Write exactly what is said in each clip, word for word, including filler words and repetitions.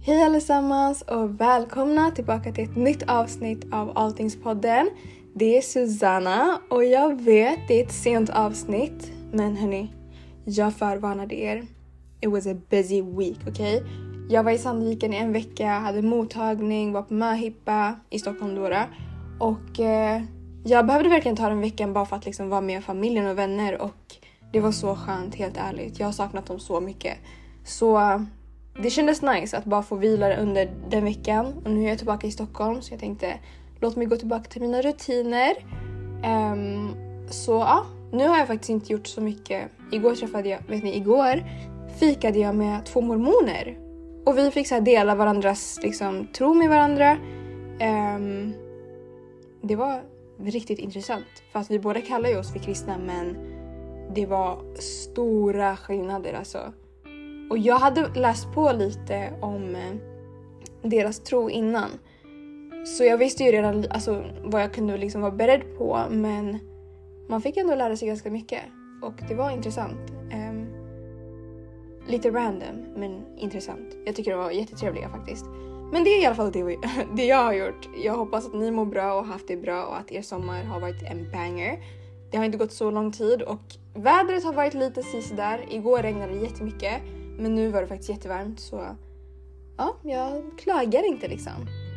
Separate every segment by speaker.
Speaker 1: Hej allesammans och välkomna tillbaka till ett nytt avsnitt av Alltingspodden. Det är Susanna och jag vet det är ett sent avsnitt, men hörni, jag förvarnade er. It was a busy week, okej? Okay? Jag var i Sandviken i en vecka, hade mottagning, var på möhippa i Stockholm då. Och eh, jag behövde verkligen ta den veckan bara för att liksom vara med familjen och vänner. Och det var så skönt, helt ärligt. Jag har saknat dem så mycket. Så det kändes nice att bara få vila under den veckan. Och nu är jag tillbaka i Stockholm, så jag tänkte låt mig gå tillbaka till mina rutiner. Um, så ja, nu har jag faktiskt inte gjort så mycket. Igår träffade jag, vet ni, igår fikade jag med två mormoner. Och vi fick så här dela varandras liksom, tro med varandra. Um, det var riktigt intressant. För att vi båda kallar ju oss för kristna, men det var stora skillnader alltså. Och jag hade läst på lite om deras tro innan. Så jag visste ju redan alltså, vad jag kunde liksom vara beredd på. Men man fick ändå lära sig ganska mycket. Och det var intressant. Um, lite random, men intressant. Jag tycker det var jättetrevliga faktiskt. Men det är i alla fall det, det jag har gjort. Jag hoppas att ni mår bra och haft det bra. Och att er sommar har varit en banger. Det har inte gått så lång tid. Och vädret har varit lite sisådär. Igår regnade det jättemycket. Men nu var det faktiskt jättevarmt, så ja, jag klagar inte liksom.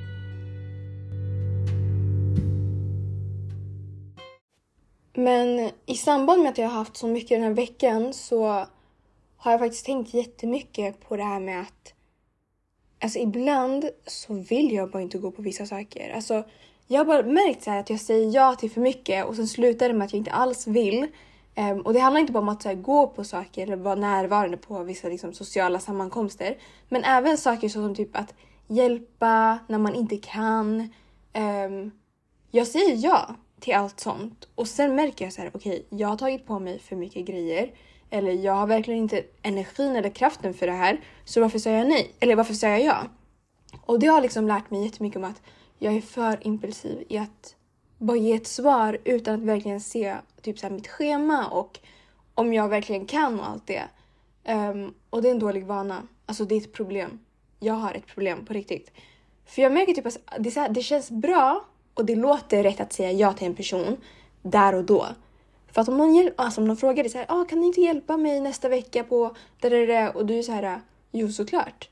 Speaker 1: Men i samband med att jag har haft så mycket den här veckan så har jag faktiskt tänkt jättemycket på det här med att alltså ibland så vill jag bara inte gå på vissa saker. Alltså jag har bara märkt så här att jag säger ja till för mycket och sen slutar det med att jag inte alls vill. Um, och det handlar inte bara om att så här, gå på saker eller vara närvarande på vissa liksom, sociala sammankomster. Men även saker som typ att hjälpa när man inte kan. Um, jag säger ja till allt sånt. Och sen märker jag så här, okej, okay, jag har tagit på mig för mycket grejer. Eller jag har verkligen inte energin eller kraften för det här. Så varför säger jag nej? Eller varför säger jag ja? Och det har liksom lärt mig jättemycket om att jag är för impulsiv i att bara ge ett svar utan att verkligen se typ så här mitt schema och om jag verkligen kan och allt det. Um, och det är en dålig vana. Alltså det är ett problem. Jag har ett problem på riktigt. För jag märker typ att det, så här, det känns bra och det låter rätt att säga ja till en person där och då. För att om någon, hjäl- alltså om någon frågar dig så här, ah, kan ni inte hjälpa mig nästa vecka på det där, där, och du är så här, jo såklart.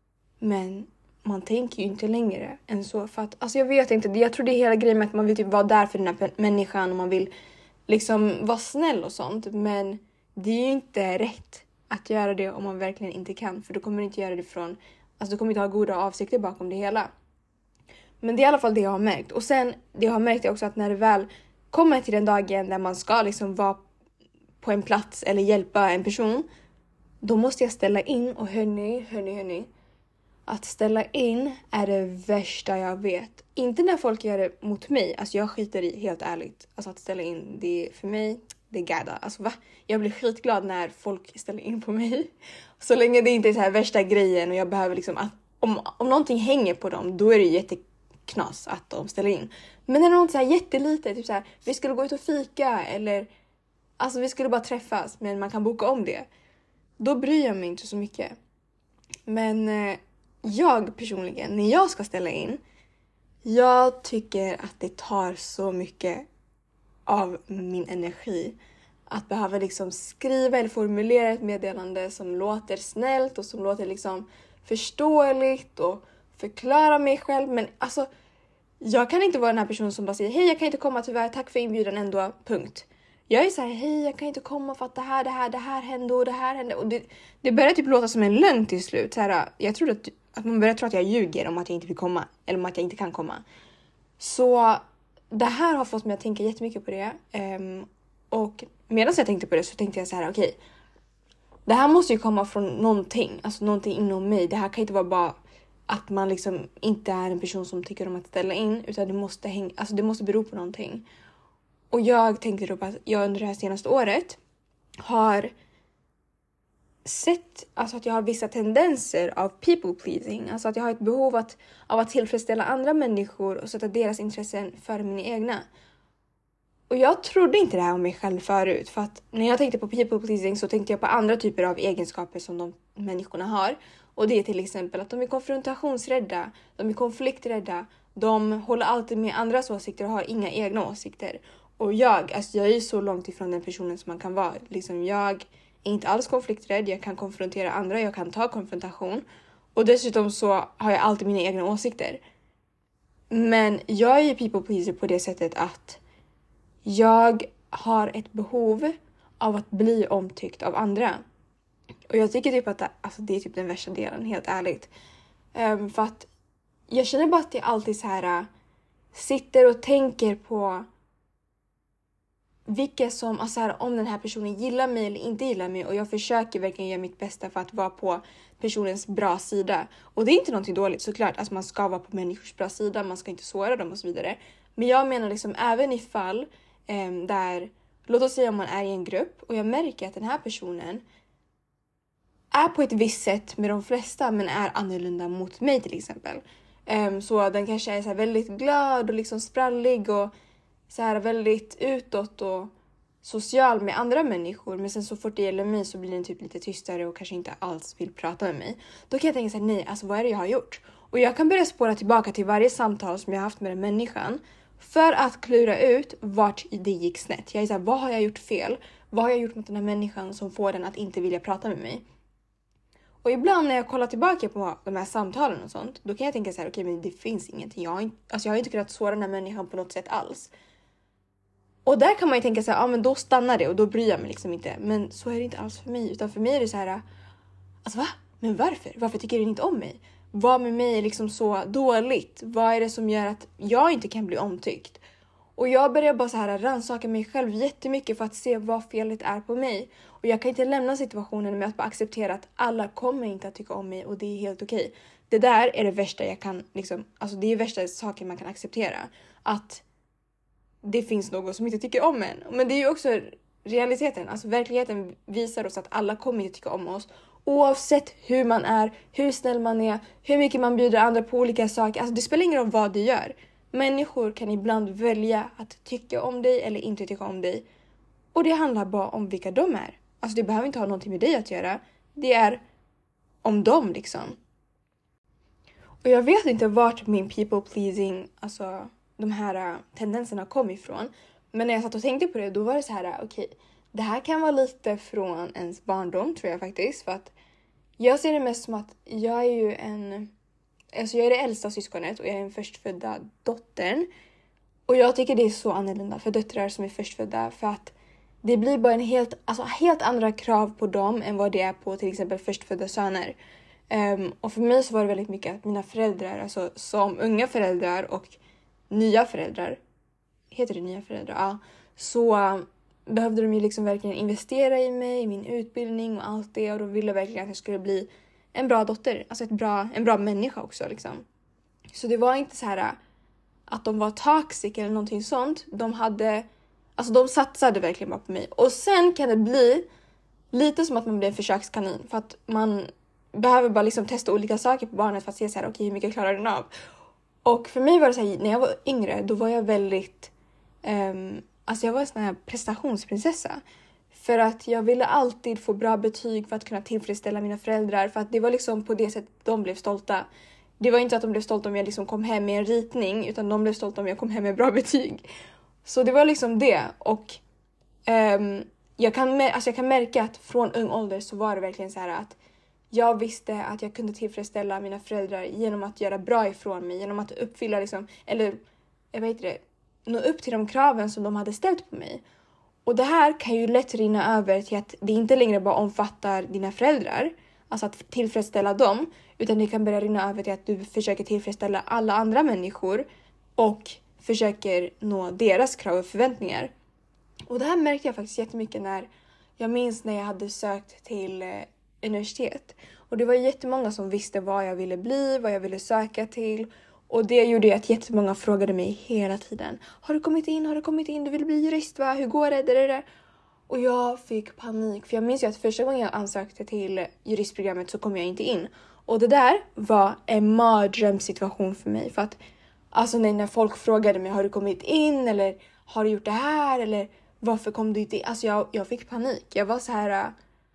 Speaker 1: Men man tänker ju inte längre än så. För att, alltså jag vet inte, jag tror det är hela grejen med att man vill typ vara där för den här människan och man vill liksom vara snäll och sånt. Men det är ju inte rätt att göra det om man verkligen inte kan. För då kommer du inte göra det från, alltså du kommer inte ha goda avsikter bakom det hela. Men det är i alla fall det jag har märkt. Och sen, det jag har märkt är också att när det väl kommer till den dagen där man ska liksom vara på en plats eller hjälpa en person, då måste jag ställa in och hörni, hörni, hörni. Att ställa in är det värsta jag vet. Inte när folk gör det mot mig. Alltså jag skiter i, helt ärligt. Alltså att ställa in, det är för mig, det är gada. Alltså va? Jag blir skitglad när folk ställer in på mig. Så länge det inte är så här värsta grejen och jag behöver liksom att om, om någonting hänger på dem, då är det jätteknas att de ställer in. Men när det är något så här jättelite, typ så här, vi skulle gå ut och fika eller alltså vi skulle bara träffas men man kan boka om det. Då bryr jag mig inte så mycket. Men eh, jag personligen, när jag ska ställa in, jag tycker att det tar så mycket av min energi att behöva liksom skriva eller formulera ett meddelande som låter snällt och som låter liksom förståeligt och förklara mig själv. Men alltså, jag kan inte vara den här personen som bara säger hej, jag kan inte komma tyvärr, tack för inbjudan ändå, punkt. Jag är så här, hej, jag kan inte komma för att det här, det här, det här hände och det här hände. Och det, det börjar typ låta som en lögn till slut. Så här, jag tror att, att man börjar tro att jag ljuger om att jag inte vill komma. Eller om att jag inte kan komma. Så det här har fått mig att tänka jättemycket på det. Um, och medan jag tänkte på det så tänkte jag så här, okej. Okay, det här måste ju komma från någonting. Alltså någonting inom mig. Det här kan inte vara bara att man liksom inte är en person som tycker om att ställa in. Utan det måste, hänga, alltså det måste bero på någonting. Och jag tänkte då på att jag under det här senaste året har sett alltså att jag har vissa tendenser av people pleasing. Alltså att jag har ett behov att, av att tillfredsställa andra människor och sätta deras intressen före mina egna. Och jag trodde inte det här om mig själv förut. För att när jag tänkte på people pleasing så tänkte jag på andra typer av egenskaper som de människorna har. Och det är till exempel att de är konfrontationsrädda, de är konflikträdda, de håller alltid med andras åsikter och har inga egna åsikter. Och jag, alltså jag är ju så långt ifrån den personen som man kan vara. Liksom jag är inte alls konflikträdd, jag kan konfrontera andra, jag kan ta konfrontation. Och dessutom så har jag alltid mina egna åsikter. Men jag är ju people pleaser på det sättet att jag har ett behov av att bli omtyckt av andra. Och jag tycker typ att det, alltså det är typ den värsta delen, helt ärligt. Um, för att jag känner bara att jag alltid så här uh, sitter och tänker på vilka som, alltså här, om den här personen gillar mig eller inte gillar mig. Och jag försöker verkligen göra mitt bästa för att vara på personens bra sida. Och det är inte någonting dåligt såklart. Alltså man ska vara på människors bra sida, man ska inte såra dem och så vidare. Men jag menar liksom även i fall um, där, låt oss säga om man är i en grupp och jag märker att den här personen är på ett visst sätt med de flesta men är annorlunda mot mig till exempel. Um, så den kanske är så här väldigt glad och liksom sprallig och så här väldigt utåt och social med andra människor. Men sen så fort det gäller mig så blir den typ lite tystare och kanske inte alls vill prata med mig. Då kan jag tänka så här, nej, alltså vad är det jag har gjort? Och jag kan börja spåra tillbaka till varje samtal som jag har haft med den människan för att klura ut vart det gick snett. Jag är så här, vad har jag gjort fel? Vad har jag gjort mot den här människan som får den att inte vilja prata med mig? Och ibland när jag kollar tillbaka på de här samtalen och sånt, då kan jag tänka så här, okej, okay, men det finns ingenting. Jag har, inte, alltså jag har inte kunnat såra den här människan på något sätt alls. Och där kan man ju tänka så här, ja men då stannar det och då bryr jag mig liksom inte. Men så är det inte alls för mig. Utan för mig är det så här, alltså va? Men varför? Varför tycker du inte om mig? Vad med mig är liksom så dåligt? Vad är det som gör att jag inte kan bli omtyckt? Och jag börjar bara så här rannsaka mig själv jättemycket för att se vad felet är på mig. Och jag kan inte lämna situationen med att bara acceptera att alla kommer inte att tycka om mig och det är helt okej. Det där är det värsta jag kan, liksom, alltså det är värsta saker man kan acceptera. Att det finns någon som inte tycker om en. Men det är ju också realiteten, alltså verkligheten visar oss att alla kommer inte tycka om oss. Oavsett hur man är, hur snäll man är, hur mycket man bjuder andra på olika saker. Alltså det spelar ingen roll vad du gör. Människor kan ibland välja att tycka om dig eller inte tycka om dig. Och det handlar bara om vilka de är. Alltså det behöver inte ha någonting med dig att göra. Det är om dem liksom. Och jag vet inte vart min people pleasing, alltså de här tendenserna kom ifrån. Men när jag satt och tänkte på det, då var det så här, okej, okay, det här kan vara lite från ens barndom tror jag faktiskt. För att jag ser det mest som att jag är ju en, alltså jag är det äldsta syskonet och jag är en förstfödda dottern. Och jag tycker det är så annorlunda för döttrar som är förstfödda. För att det blir bara en helt, alltså helt andra krav på dem än vad det är på till exempel förstfödda söner. Um, och för mig så var det väldigt mycket att mina föräldrar, alltså som unga föräldrar och nya föräldrar, heter det nya föräldrar? Ja. Så um, behövde de ju liksom verkligen investera i mig, i min utbildning och allt det. Och de ville verkligen att jag skulle bli en bra dotter, alltså ett bra, en bra människa också liksom. Så det var inte så här att de var toxic eller någonting sånt. De hade, alltså de satsade verkligen bara på mig. Och sen kan det bli lite som att man blir en försökskanin. För att man behöver bara liksom testa olika saker på barnet för att se så här, okej, okay, hur mycket klarar den av? Och för mig var det så här, när jag var yngre, då var jag väldigt, um, alltså jag var en sån här prestationsprinsessa. För att jag ville alltid få bra betyg för att kunna tillfredsställa mina föräldrar. För att det var liksom på det sättet de blev stolta. Det var inte att de blev stolta om jag liksom kom hem med en ritning, utan de blev stolta om jag kom hem med bra betyg. Så det var liksom det. Och um, jag, kan, alltså jag kan märka att från ung ålder så var det verkligen så här att jag visste att jag kunde tillfredsställa mina föräldrar genom att göra bra ifrån mig. Genom att uppfylla liksom, eller jag vet inte, nå upp till de kraven som de hade ställt på mig. Och det här kan ju lätt rinna över till att det inte längre bara omfattar dina föräldrar. Alltså att tillfredsställa dem. Utan det kan börja rinna över till att du försöker tillfredsställa alla andra människor. Och försöker nå deras krav och förväntningar. Och det här märkte jag faktiskt jättemycket när jag minns när jag hade sökt till eh, universitet. Och det var jättemånga som visste vad jag ville bli, vad jag ville söka till. Och det gjorde att jättemånga frågade mig hela tiden. Har du kommit in? Har du kommit in? Du vill bli jurist, va? Hur går det? det, det? Och jag fick panik. För jag minns ju att första gången jag ansökte till juristprogrammet så kom jag inte in. Och det där var en mardrömssituation för mig. För att alltså när folk frågade mig, har du kommit in? Eller har du gjort det här? Eller varför kom du inte in? Alltså jag, jag fick panik. Jag var så här,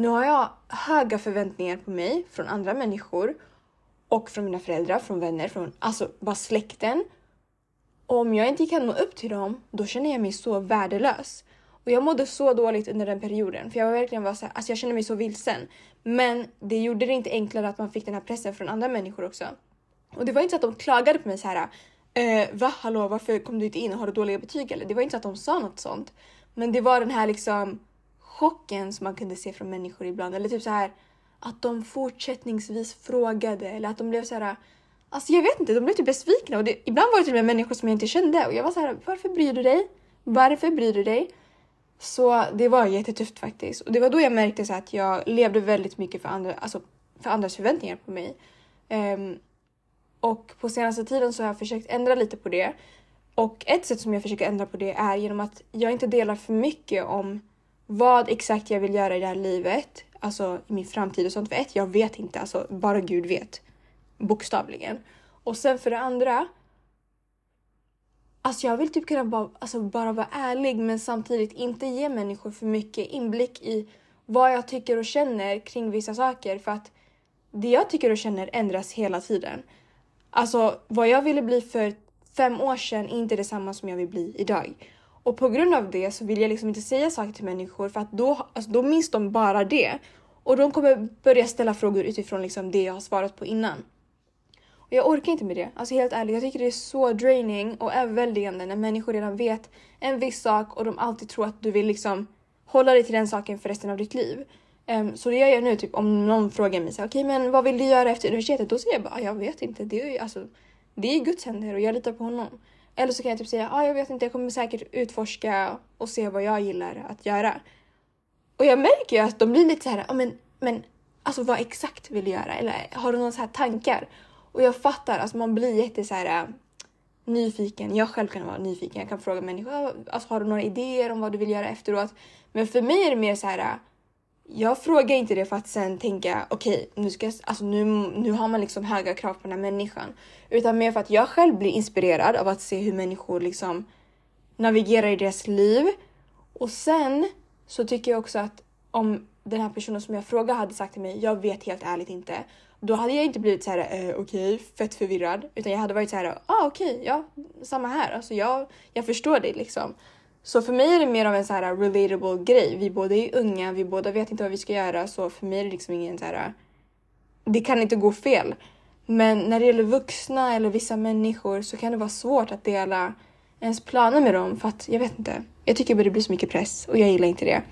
Speaker 1: nu har jag höga förväntningar på mig från andra människor och från mina föräldrar, från vänner, från alltså bara släkten. Och om jag inte kan nå upp till dem, då känner jag mig så värdelös. Och jag mådde så dåligt under den perioden. För jag var verkligen var så här, alltså jag kände mig så vilsen. Men det gjorde det inte enklare att man fick den här pressen från andra människor också. Och det var inte så att de klagade på mig så här. Eh, va, hallå, varför kom du inte in och har du dåliga betyg? Eller det var inte så att de sa något sånt. Men det var den här liksom chocken som man kunde se från människor ibland. Eller typ så här att de fortsättningsvis frågade. Eller att de blev så här. Alltså jag vet inte, de blev typ besvikna. Och det, ibland var det till och med människor som jag inte kände. Och jag var så här, varför bryr du dig? Varför bryr du dig? Så det var jättetufft faktiskt. Och det var då jag märkte så att jag levde väldigt mycket för, andra, alltså för andras förväntningar på mig. Um, och på senaste tiden så har jag försökt ändra lite på det. Och ett sätt som jag försöker ändra på det är genom att jag inte delar för mycket om vad exakt jag vill göra i det här livet. Alltså i min framtid och sånt. För ett, jag vet inte. Alltså bara Gud vet. Bokstavligen. Och sen för det andra. Alltså jag vill typ kunna bara, alltså bara vara ärlig. Men samtidigt inte ge människor för mycket inblick i vad jag tycker och känner kring vissa saker. För att det jag tycker och känner ändras hela tiden. Alltså vad jag ville bli för fem år sedan är inte detsamma som jag vill bli idag. Och på grund av det så vill jag liksom inte säga saker till människor. För att då, alltså då minns de bara det. Och de kommer börja ställa frågor utifrån liksom det jag har svarat på innan. Och jag orkar inte med det. Alltså helt ärligt, jag tycker det är så draining och överväldigande när människor redan vet en viss sak. Och de alltid tror att du vill liksom hålla dig till den saken för resten av ditt liv. Um, så det jag gör nu, typ om någon frågar mig så okej, okay, men vad vill du göra efter universitetet? Då säger jag bara, jag vet inte. Det är ju alltså, det är Guds händer och jag litar på honom. Eller så kan jag typ säga, ah, jag vet inte, jag kommer säkert utforska och se vad jag gillar att göra. Och jag märker ju att de blir lite så här, ah, men, men alltså vad exakt vill du göra? Eller har du några så här tankar? Och jag fattar, alltså man blir jätte så här uh, nyfiken. Jag själv kan vara nyfiken. Jag kan fråga människor, alltså har du några idéer om vad du vill göra efteråt? Men för mig är det mer så här, uh, jag frågar inte det för att sen tänka, okej, okay, nu, ska, alltså nu, nu har man liksom höga krav på den här människan. Utan mer för att jag själv blir inspirerad av att se hur människor liksom navigerar i deras liv. Och sen så tycker jag också att om den här personen som jag frågar hade sagt till mig, jag vet helt ärligt inte. Då hade jag inte blivit så här, eh, okej, okay, fett förvirrad. Utan jag hade varit så här, ah okej, okay, ja, samma här. Alltså jag, jag förstår det liksom. Så för mig är det mer av en så här relatable grej. Vi båda är unga, vi båda vet inte vad vi ska göra. Så för mig är det liksom ingen så här, det kan inte gå fel. Men när det gäller vuxna eller vissa människor så kan det vara svårt att dela ens planer med dem. För att jag vet inte, jag tycker det blir så mycket press och jag gillar inte det.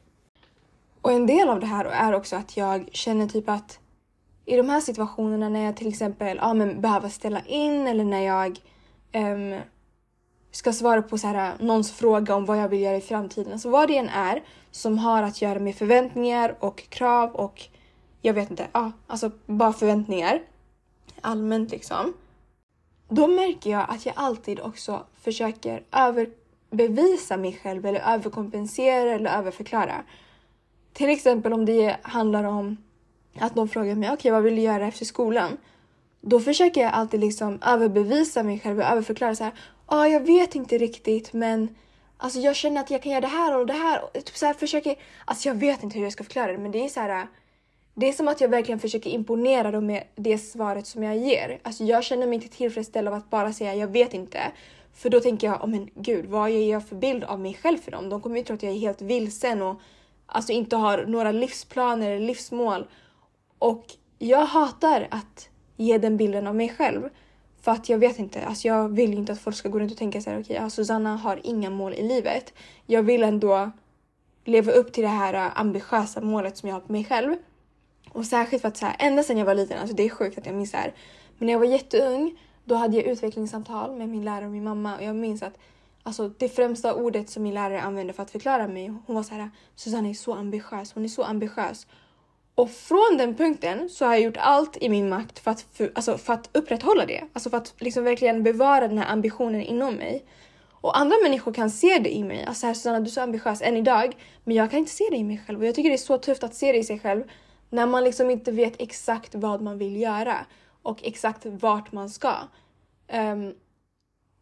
Speaker 1: Och en del av det här är också att jag känner typ att i de här situationerna när jag till exempel ja, men behöver ställa in eller när jag um, ska svara på så här, någons fråga om vad jag vill göra i framtiden. Alltså vad det än är som har att göra med förväntningar och krav och jag vet inte, ja, alltså bara förväntningar allmänt liksom. Då märker jag att jag alltid också försöker överbevisa mig själv eller överkompensera eller överförklara. Till exempel om det handlar om att någon frågar mig, okej, okay, vad vill du göra efter skolan? Då försöker jag alltid liksom överbevisa mig själv och överförklara så här, ja, ah, jag vet inte riktigt, men alltså jag känner att jag kan göra det här och det här. Och typ så här försöker, alltså jag vet inte hur jag ska förklara det, men det är så här, det är som att jag verkligen försöker imponera dem med det svaret som jag ger. Alltså jag känner mig inte tillfredsställd av att bara säga, jag vet inte. För då tänker jag, oh, men gud, vad ger jag för bild av mig själv för dem? De kommer ju tro att jag är helt vilsen och alltså inte har några livsplaner eller livsmål. Och jag hatar att ge den bilden av mig själv. För att jag vet inte, alltså jag vill inte att folk ska gå runt och tänka så här, okej, okay, ja, Susanna har inga mål i livet. Jag vill ändå leva upp till det här ambitiösa målet som jag har på mig själv. Och särskilt för att så här, ända sedan jag var liten, alltså det är sjukt att jag minns det här. Men när jag var jätteung, då hade jag utvecklingssamtal med min lärare och min mamma. Och jag minns att alltså, det främsta ordet som min lärare använde för att förklara mig, hon var så här, Susanna är så ambitiös, hon är så ambitiös. Och från den punkten så har jag gjort allt i min makt för att, för, alltså för att upprätthålla det. Alltså för att liksom verkligen bevara den här ambitionen inom mig. Och andra människor kan se det i mig. Alltså här, Susanna, du är så ambitiös än idag. Men jag kan inte se det i mig själv. Och jag tycker det är så tufft att se det i sig själv. När man liksom inte vet exakt vad man vill göra. Och exakt vart man ska. Um,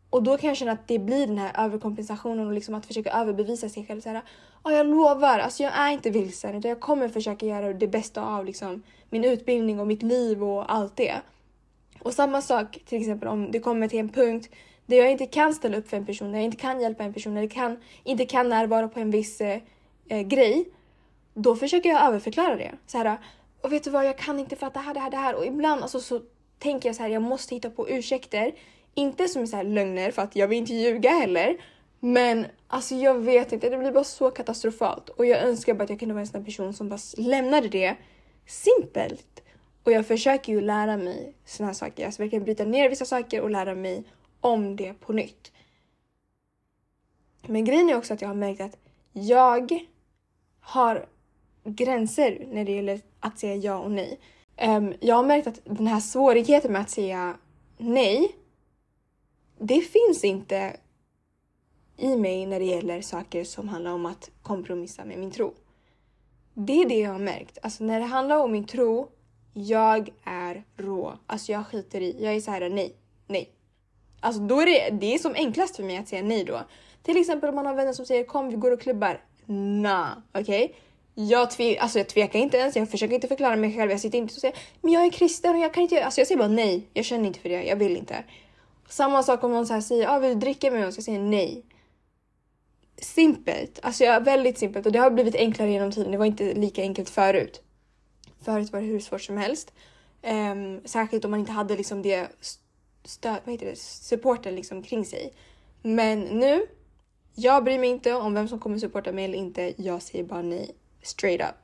Speaker 1: Och då kan jag känna att det blir den här överkompensationen och liksom att försöka överbevisa sig själv. Så här, ja, jag lovar, alltså jag är inte vilsen utan jag kommer försöka göra det bästa av liksom min utbildning och mitt liv och allt det. Och samma sak till exempel om det kommer till en punkt där jag inte kan ställa upp för en person, där jag inte kan hjälpa en person eller kan, inte kan närvara på en viss eh, grej. Då försöker jag överförklara det. Så här, och vet du vad, jag kan inte för att det här, det här, det här. Och ibland alltså, så tänker jag så här, jag måste hitta på ursäkter. Inte som så här lögner för att jag vill inte ljuga heller. Men alltså jag vet inte, det blir bara så katastrofalt. Och jag önskar bara att jag kunde vara en sån person som bara lämnade det simpelt. Och jag försöker ju lära mig såna här saker. Alltså verkligen bryta ner vissa saker och lära mig om det på nytt. Men grejen är också att jag har märkt att jag har gränser när det gäller att säga ja och nej. Um, jag har märkt att den här svårigheten med att säga nej, det finns inte i mig när det gäller saker som handlar om att kompromissa med min tro. Det är det jag har märkt. Alltså när det handlar om min tro, jag är rå. Alltså jag skiter i. Jag är så här, nej, nej. Alltså då är det, det är som enklast för mig att säga nej då. Till exempel om man har vänner som säger, kom vi går och klubbar. Nah, okej. Okay? Jag, tve, alltså jag tvekar inte ens. Jag försöker inte förklara mig själv. Jag sitter inte och säger, men jag är kristen och jag kan inte. Alltså jag säger bara nej. Jag känner inte för det. Jag vill inte. Samma sak om någon så här säger, ah, vill du dricka med oss? Jag säger nej. Simpelt. Alltså jag är väldigt simpelt. Och det har blivit enklare genom tiden. Det var inte lika enkelt förut. Förut var det hur svårt som helst. Um, särskilt om man inte hade liksom det stöd, vad heter det, supporten liksom kring sig. Men nu, jag bryr mig inte om vem som kommer supporta mig eller inte. Jag säger bara nej. Straight up.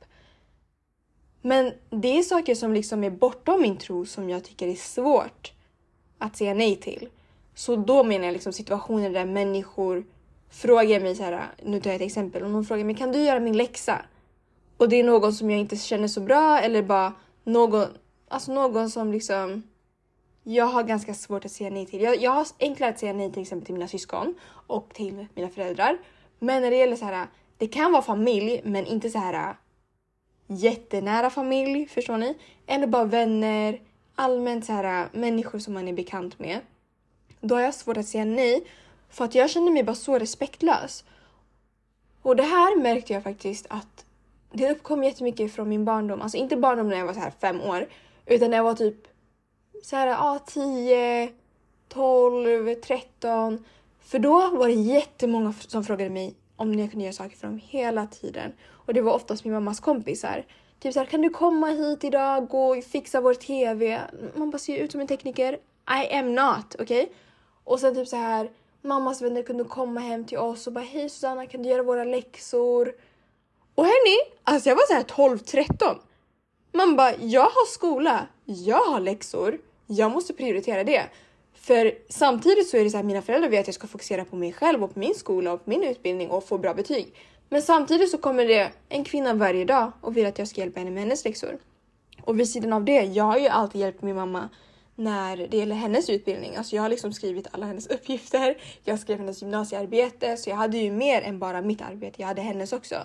Speaker 1: Men det är saker som liksom är bortom min tro som jag tycker är svårt att säga nej till. Så då menar jag liksom situationer där människor frågar mig så här, nu tar jag ett exempel. Om någon frågar mig, kan du göra min läxa? Och det är någon som jag inte känner så bra eller bara någon, alltså någon som liksom jag har ganska svårt att säga nej till. Jag, jag har enklare att säga nej till exempel till mina syskon och till mina föräldrar. Men när det gäller så här, det kan vara familj men inte så här jättenära familj, förstår ni? Eller bara vänner, allmänt så här människor som man är bekant med. Då har jag svårt att säga nej för att jag känner mig bara så respektlös. Och det här märkte jag faktiskt att det uppkom jättemycket från min barndom. Alltså inte barndom när jag var så här fem år. Utan när jag var typ så här, ah, tio, tolv, tretton. För då var det jättemånga som frågade mig om jag kunde göra saker för dem hela tiden. Och det var oftast min mammas kompisar. Typ så här, kan du komma hit idag och fixa vår tv? Man bara ser ut som en tekniker. I am not, okej? Okay? Och sen typ så här, mammas vänner kunde komma hem till oss och bara, hej Susanna, kan du göra våra läxor? Och hörni, alltså jag var så här tolv tretton. Man bara, jag har skola, jag har läxor, jag måste prioritera det. För samtidigt så är det så här, mina föräldrar vet att jag ska fokusera på mig själv och på min skola och på min utbildning och få bra betyg. Men samtidigt så kommer det en kvinna varje dag och vill att jag ska hjälpa henne med hennes läxor. Och vid sidan av det, jag har ju alltid hjälpt min mamma när det gäller hennes utbildning. Alltså jag har liksom skrivit alla hennes uppgifter, jag skrev hennes gymnasiearbete, så jag hade ju mer än bara mitt arbete, jag hade hennes också.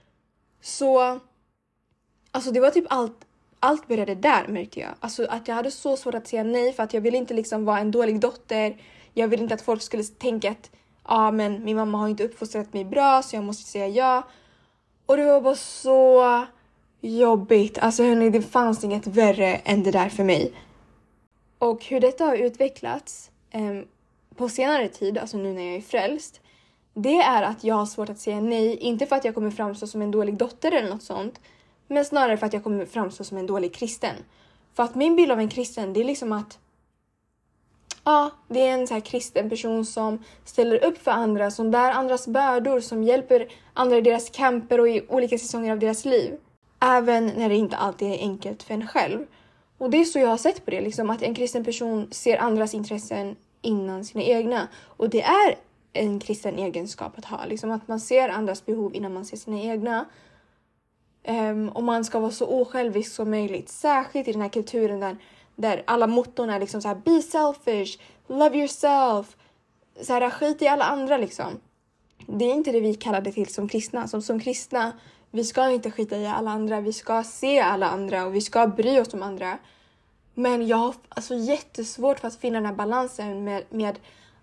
Speaker 1: Så, alltså det var typ allt, allt började där märkte jag. Alltså att jag hade så svårt att säga nej för att jag ville inte liksom vara en dålig dotter. Jag ville inte att folk skulle tänka att ja, men min mamma har inte uppfostrat mig bra så jag måste säga ja. Och det var bara så jobbigt. Alltså hörni, det fanns inget värre än det där för mig. Och hur detta har utvecklats eh, på senare tid, alltså nu när jag är frälst, det är att jag har svårt att säga nej. Inte för att jag kommer framstå som en dålig dotter eller något sånt. Men snarare för att jag kommer framstå som en dålig kristen. För att min bild av en kristen, det är liksom att ja, det är en så här kristen person som ställer upp för andra, som bär andras bördor, som hjälper andra i deras kamper och i olika säsonger av deras liv. Även när det inte alltid är enkelt för en själv. Och det är så jag har sett på det, liksom, att en kristen person ser andras intressen innan sina egna. Och det är en kristen egenskap att ha, liksom att man ser andras behov innan man ser sina egna. Um, och man ska vara så osjälvisk som möjligt, särskilt i den här kulturen där Där alla motton är liksom så här, be selfish, love yourself. Så här, skit i alla andra liksom. Det är inte det vi kallar det till som kristna. Som, som kristna, vi ska inte skita i alla andra. Vi ska se alla andra och vi ska bry oss om andra. Men jag har alltså jättesvårt för att finna den här balansen med, med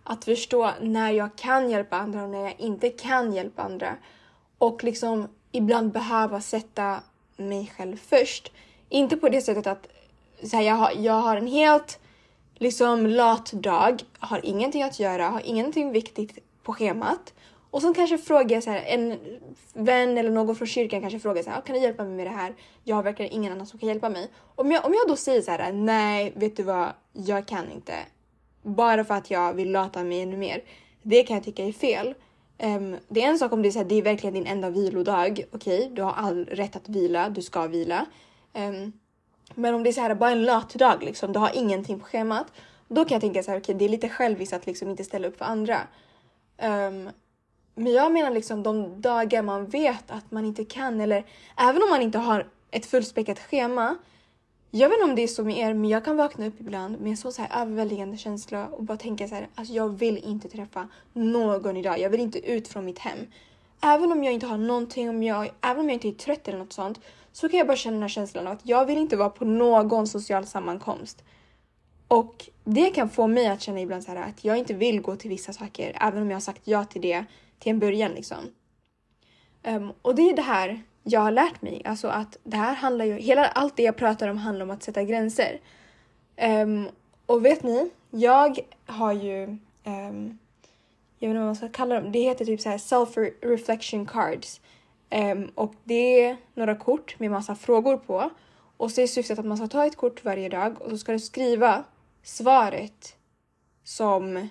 Speaker 1: Att förstå när jag kan hjälpa andra och när jag inte kan hjälpa andra. Och liksom ibland behöva sätta mig själv först. Inte på det sättet att så här, jag, har, jag har en helt liksom lat dag, har ingenting att göra, har ingenting viktigt på schemat. Och så kanske frågar så här, en vän eller någon från kyrkan kanske frågar så här, kan du hjälpa mig med det här? Jag har verkligen ingen annan som kan hjälpa mig. Om jag, om jag då säger så här, nej, vet du vad, jag kan inte. Bara för att jag vill lata mig ännu mer. Det kan jag tycka är fel. Um, det är en sak om det är, så här, det är verkligen din enda vilodag. Okej, okay, du har all rätt att vila, du ska vila. Um, men om det är så här, bara en lat dag, liksom, du har ingenting på schemat. Då kan jag tänka så här, okej, okay, det är lite själviskt att liksom inte ställa upp för andra. Um, men jag menar liksom de dagar man vet att man inte kan. Eller även om man inte har ett fullspäckat schema. Jag vet inte om det är så med er, men jag kan vakna upp ibland med en så, så här överväldigande känsla och bara tänka så här, alltså jag vill inte träffa någon idag. Jag vill inte ut från mitt hem. Även om jag inte har någonting, om jag, även om jag inte är trött eller något sånt, så kan jag bara känna den här känslan av att jag vill inte vara på någon social sammankomst. Och det kan få mig att känna ibland så här att jag inte vill gå till vissa saker, även om jag har sagt ja till det till en början liksom. Um, och det är det här jag har lärt mig. Alltså att det här handlar ju, hela allt det jag pratar om handlar om att sätta gränser. Um, och vet ni, jag har ju, um, jag vet inte vad man ska kalla dem. Det heter typ så här self-reflection cards. Um, och det är några kort med massa frågor på. Och så är syftet att man ska ta ett kort varje dag och så ska du skriva svaret som,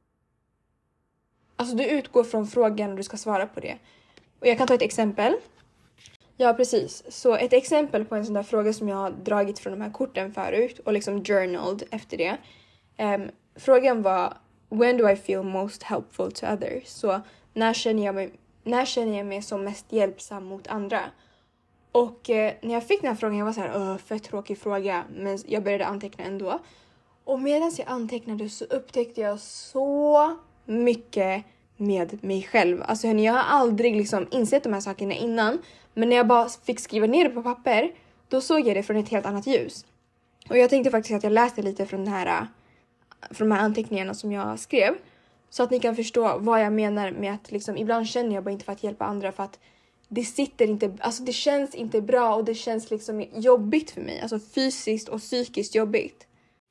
Speaker 1: alltså du utgår från frågan och du ska svara på det. Och jag kan ta ett exempel. Ja, precis. Så ett exempel på en sån där fråga som jag har dragit från de här korten förut och liksom journaled efter det. Um, frågan var, when do I feel most helpful to others? Så när känner jag mig, när känner jag mig som mest hjälpsam mot andra? Och eh, när jag fick den här frågan, jag var så här, åh, för tråkig fråga. Men jag började anteckna ändå. Och medan jag antecknade så upptäckte jag så mycket med mig själv. Alltså hörni, jag har aldrig liksom insett de här sakerna innan. Men när jag bara fick skriva ner det på papper, då såg jag det från ett helt annat ljus. Och jag tänkte faktiskt att jag läste lite från, den här, från de här anteckningarna som jag skrev. Så att ni kan förstå vad jag menar med att liksom, ibland känner jag bara inte för att hjälpa andra. För att det sitter inte, alltså det känns inte bra och det känns liksom jobbigt för mig. Alltså fysiskt och psykiskt jobbigt.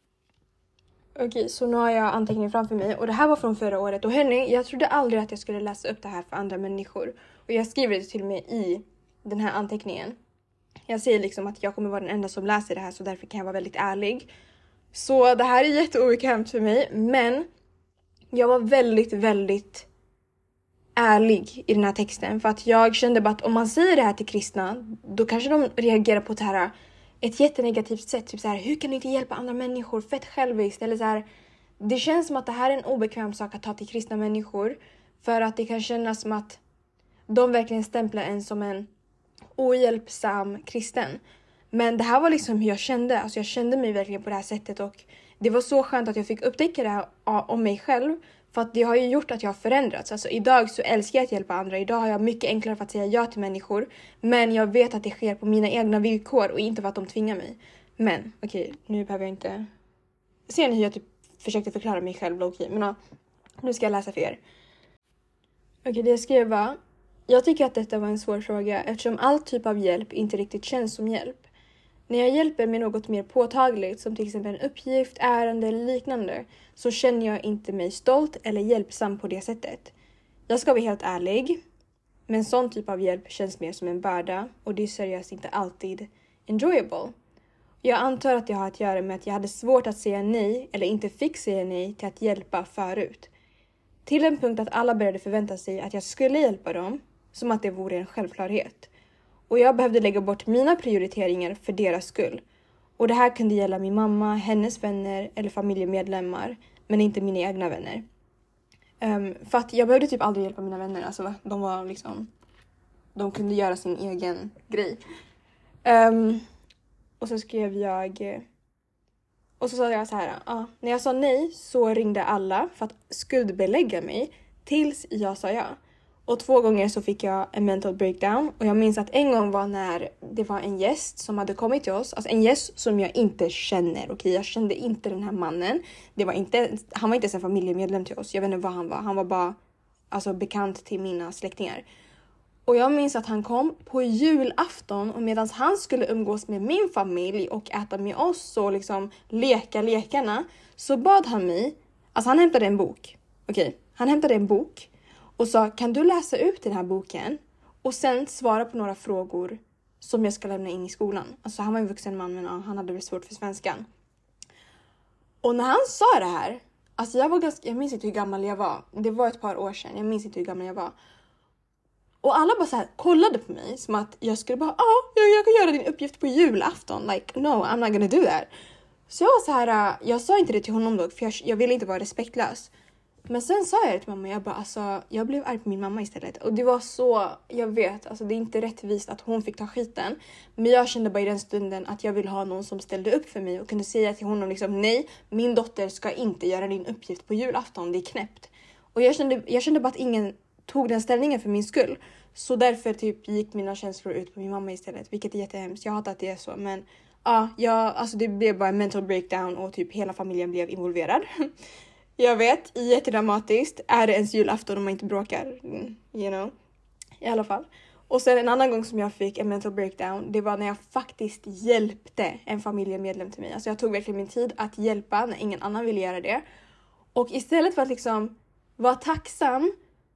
Speaker 1: Okej, så nu har jag anteckningen framför mig. Och det här var från förra året. Och hörni, jag trodde aldrig att jag skulle läsa upp det här för andra människor. Och jag skriver det till och med i den här anteckningen. Jag säger liksom att jag kommer vara den enda som läser det här. Så därför kan jag vara väldigt ärlig. Så det här är jätteobekvämt för mig. Men jag var väldigt, väldigt ärlig i den här texten. För att jag kände bara att om man säger det här till kristna, då kanske de reagerar på det här ett jättenegativt sätt. Typ så här, hur kan du inte hjälpa andra människor? Fett själviskt. Eller så här, det känns som att det här är en obekväm sak att ta till kristna människor. För att det kan kännas som att de verkligen stämplar en som en ohjälpsam kristen. Men det här var liksom hur jag kände. Alltså jag kände mig verkligen på det här sättet. Och det var så skönt att jag fick upptäcka det här om mig själv. För att det har ju gjort att jag har förändrats. Alltså idag så älskar jag att hjälpa andra. Idag har jag mycket enklare för att säga ja till människor. Men jag vet att det sker på mina egna villkor och inte för att de tvingar mig. Men okej, okay, nu behöver jag inte... Ser ni hur jag typ försökte förklara mig själv? Okej, okay, men ja, nu ska jag läsa för er. Okej, okay, det jag skrev var... Jag tycker att detta var en svår fråga eftersom all typ av hjälp inte riktigt känns som hjälp. När jag hjälper med något mer påtagligt, som till exempel en uppgift, ärende eller liknande, så känner jag inte mig stolt eller hjälpsam på det sättet. Jag ska vara helt ärlig, men sån typ av hjälp känns mer som en börda och det är seriöst inte alltid enjoyable. Jag antar att det har att göra med att jag hade svårt att säga nej eller inte fick säga nej till att hjälpa förut. Till en punkt att alla började förvänta sig att jag skulle hjälpa dem, som att det vore en självklarhet. Och jag behövde lägga bort mina prioriteringar för deras skull. Och det här kunde gälla min mamma, hennes vänner eller familjemedlemmar. Men inte mina egna vänner. Um, för att jag behövde typ aldrig hjälpa mina vänner. Alltså de var liksom... De kunde göra sin egen grej. Um, och så skrev jag... Och så sa jag så här. Ah, när jag sa nej så ringde alla för att skuldbelägga mig. Tills jag sa ja. Och två gånger så fick jag en mental breakdown. Och jag minns att en gång var när det var en gäst som hade kommit till oss. Alltså en gäst som jag inte känner. Okej, okay? Jag kände inte den här mannen. Det var inte, han var inte ens en familjemedlem till oss. Jag vet inte vad han var. Han var bara alltså, bekant till mina släktingar. Och jag minns att han kom på julafton. Och medan han skulle umgås med min familj och äta med oss och liksom leka lekarna. Så bad han mig. Alltså han hämtade en bok. Okej, okay? Han hämtade en bok. Och sa, kan du läsa ut den här boken och sen svara på några frågor som jag ska lämna in i skolan. Alltså han var en vuxen man, men ja, han hade väl svårt för svenskan. Och när han sa det här, alltså jag var ganska, jag minns inte hur gammal jag var. Det var ett par år sedan, jag minns inte hur gammal jag var. Och alla bara så här kollade på mig som att jag skulle bara, ja, ah, jag, jag kan göra din uppgift på julafton. Like, no, I'm not gonna do that. Så jag var så här, jag sa inte det till honom då, för jag, jag ville inte vara respektlös. Men sen sa jag det till mamma, jag bara, alltså, jag blev arg på min mamma istället. Och det var så, jag vet, alltså det är inte rättvist att hon fick ta skiten. Men jag kände bara i den stunden att jag vill ha någon som ställde upp för mig och kunde säga till honom liksom, nej, min dotter ska inte göra din uppgift på julafton, det är knäppt. Och jag kände, jag kände bara att ingen tog den ställningen för min skull. Så därför typ gick mina känslor ut på min mamma istället, vilket är jättehemskt. Jag hatar att det är så, men ja, jag, alltså det blev bara en mental breakdown och typ hela familjen blev involverad. Jag vet, jättedramatiskt. Är det ens julafton om man inte bråkar? Mm, you know. I alla fall. Och sen en annan gång som jag fick en mental breakdown. Det var när jag faktiskt hjälpte en familjemedlem till mig. Alltså jag tog verkligen min tid att hjälpa när ingen annan ville göra det. Och istället för att liksom vara tacksam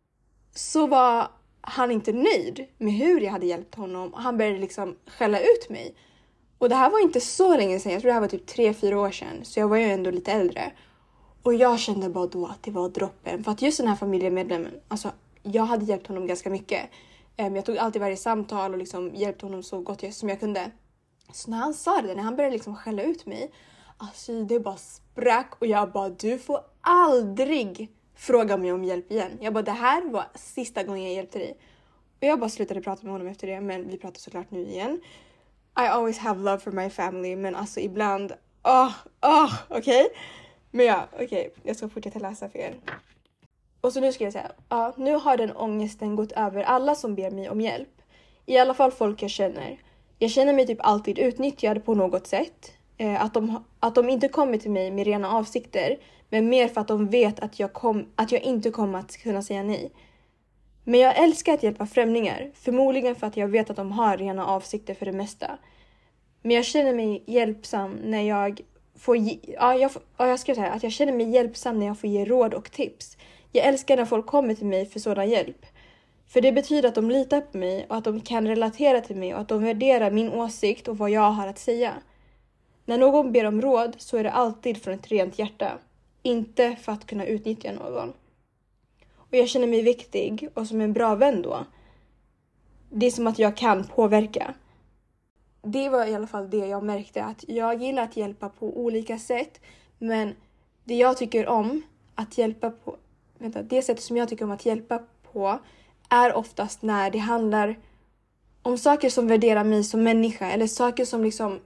Speaker 1: så var han inte nöjd med hur jag hade hjälpt honom. Han började liksom skälla ut mig. Och det här var inte så länge sedan. Jag tror det här var typ tre fyra år sedan. Så jag var ju ändå lite äldre. Och jag kände bara då att det var droppen. För att just den här familjemedlemmen, alltså jag hade hjälpt honom ganska mycket. Um, jag tog alltid varje samtal och liksom hjälpte honom så gott jag, som jag kunde. Så när han sa det, när han började liksom skälla ut mig. Alltså det bara sprack och jag bara, du får aldrig fråga mig om hjälp igen. Jag bara, det här var sista gången jag hjälpte dig. Och jag bara slutade prata med honom efter det, men vi pratar såklart nu igen. I always have love for my family, men alltså ibland, åh, oh, åh, oh, okej. Okay? Men ja, okej. Okay. Jag ska fortsätta läsa för er. Och så nu ska jag säga. Ja, nu har den ångesten gått över alla som ber mig om hjälp. I alla fall folk jag känner. Jag känner mig typ alltid utnyttjad på något sätt. Eh, att, de, att de inte kommer till mig med rena avsikter. Men mer för att de vet att jag, kom, att jag inte kommer att kunna säga nej. Men jag älskar att hjälpa främlingar. Förmodligen för att jag vet att de har rena avsikter för det mesta. Men jag känner mig hjälpsam när jag... Får ge, ja, jag, ja, jag ska säga att jag känner mig hjälpsam när jag får ge råd och tips. Jag älskar när folk kommer till mig för sådan hjälp. För det betyder att de litar på mig och att de kan relatera till mig och att de värderar min åsikt och vad jag har att säga. När någon ber om råd så är det alltid från ett rent hjärta. Inte för att kunna utnyttja någon. Och jag känner mig viktig och som en bra vän då. Det är som att jag kan påverka. Det var i alla fall det jag märkte, att jag gillar att hjälpa på olika sätt. Men det jag tycker om att hjälpa på, vänta, det sättet som jag tycker om att hjälpa på är oftast när det handlar om saker som värderar mig som människa. Eller saker som liksom,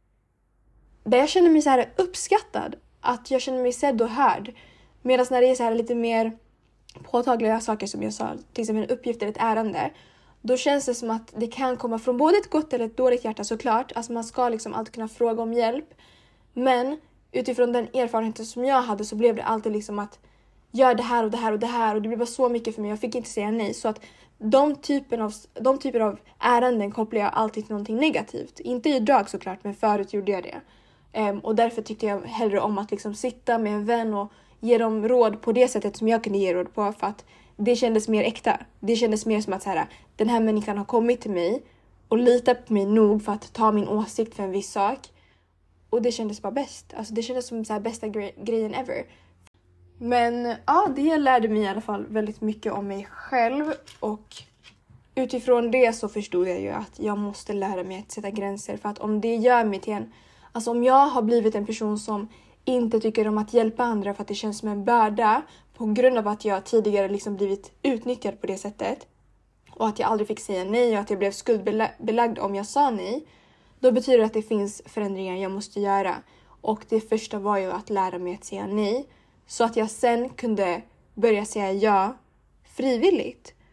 Speaker 1: där jag känner mig så här uppskattad. Att jag känner mig sedd och hörd. Medan när det är så här lite mer påtagliga saker som jag sa, till exempel en uppgift eller ett ärende. Då känns det som att det kan komma från både ett gott eller ett dåligt hjärta såklart. Alltså man ska liksom alltid kunna fråga om hjälp. Men utifrån den erfarenheten som jag hade så blev det alltid liksom att gör det här och det här och det här. Och det blev bara så mycket för mig. Jag fick inte säga nej. Så att de typer av, de typer av ärenden kopplar jag alltid till någonting negativt. Inte idag såklart, men förut gjorde jag det. Um, och därför tyckte jag hellre om att liksom sitta med en vän och ge dem råd på det sättet som jag kunde ge råd på. För att det kändes mer äkta. Det kändes mer som att så här, den här människan har kommit till mig och litat på mig nog för att ta min åsikt för en viss sak. Och det kändes bara bäst. Alltså det kändes som så här bästa gre- grejen ever. Men ja, det lärde mig i alla fall väldigt mycket om mig själv. Och utifrån det så förstod jag ju att jag måste lära mig att sätta gränser. För att om det gör mig till en... Alltså om jag har blivit en person som inte tycker om att hjälpa andra för att det känns som en börda. På grund av att jag tidigare liksom blivit utnyttjad på det sättet. Och att jag aldrig fick säga nej och att jag blev skuldbelagd om jag sa nej. Då betyder det att det finns förändringar jag måste göra. Och det första var ju att lära mig att säga nej. Så att jag sen kunde börja säga ja frivilligt.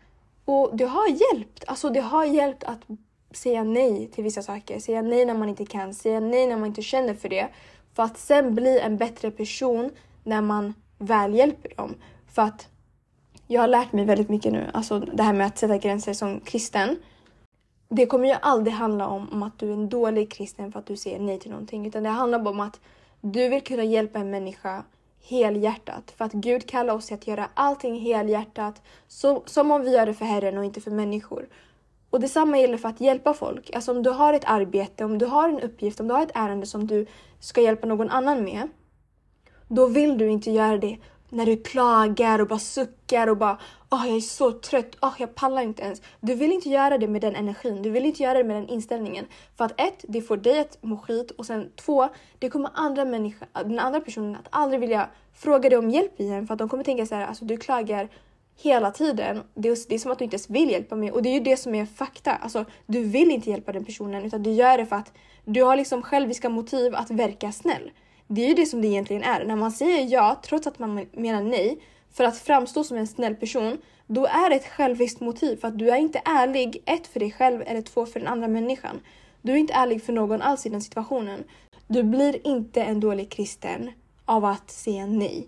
Speaker 1: Och det har hjälpt. Alltså det har hjälpt att säga nej till vissa saker. Säga nej när man inte kan. Säga nej när man inte känner för det. För att sen bli en bättre person när man väl hjälper dem. För att jag har lärt mig väldigt mycket nu. Alltså det här med att sätta gränser som kristen. Det kommer ju aldrig handla om, om att du är en dålig kristen för att du säger nej till någonting. Utan det handlar bara om att du vill kunna hjälpa en människa helhjärtat. För att Gud kallar oss att göra allting helhjärtat. Så, som om vi gör det för Herren och inte för människor. Och detsamma gäller för att hjälpa folk. Alltså om du har ett arbete, om du har en uppgift, om du har ett ärende som du ska hjälpa någon annan med. Då vill du inte göra det när du klagar och bara suckar och bara åh, jag är så trött, åh, jag pallar inte ens. Du vill inte göra det med den energin, du vill inte göra det med den inställningen. För att ett, det får dig att må skit och sen två, det kommer andra människor, den andra personen att aldrig vilja fråga dig om hjälp igen. För att de kommer tänka så här, alltså du klagar hela tiden. Det är, det är som att du inte ens vill hjälpa mig. Och det är ju det som är fakta. Alltså du vill inte hjälpa den personen utan du gör det för att du har liksom själviska motiv att verka snäll. Det är ju det som det egentligen är. När man säger ja, trots att man menar nej, för att framstå som en snäll person, då är det ett själviskt motiv. För att du är inte ärlig, ett för dig själv eller två för den andra människan. Du är inte ärlig för någon alls i den situationen. Du blir inte en dålig kristen av att säga nej.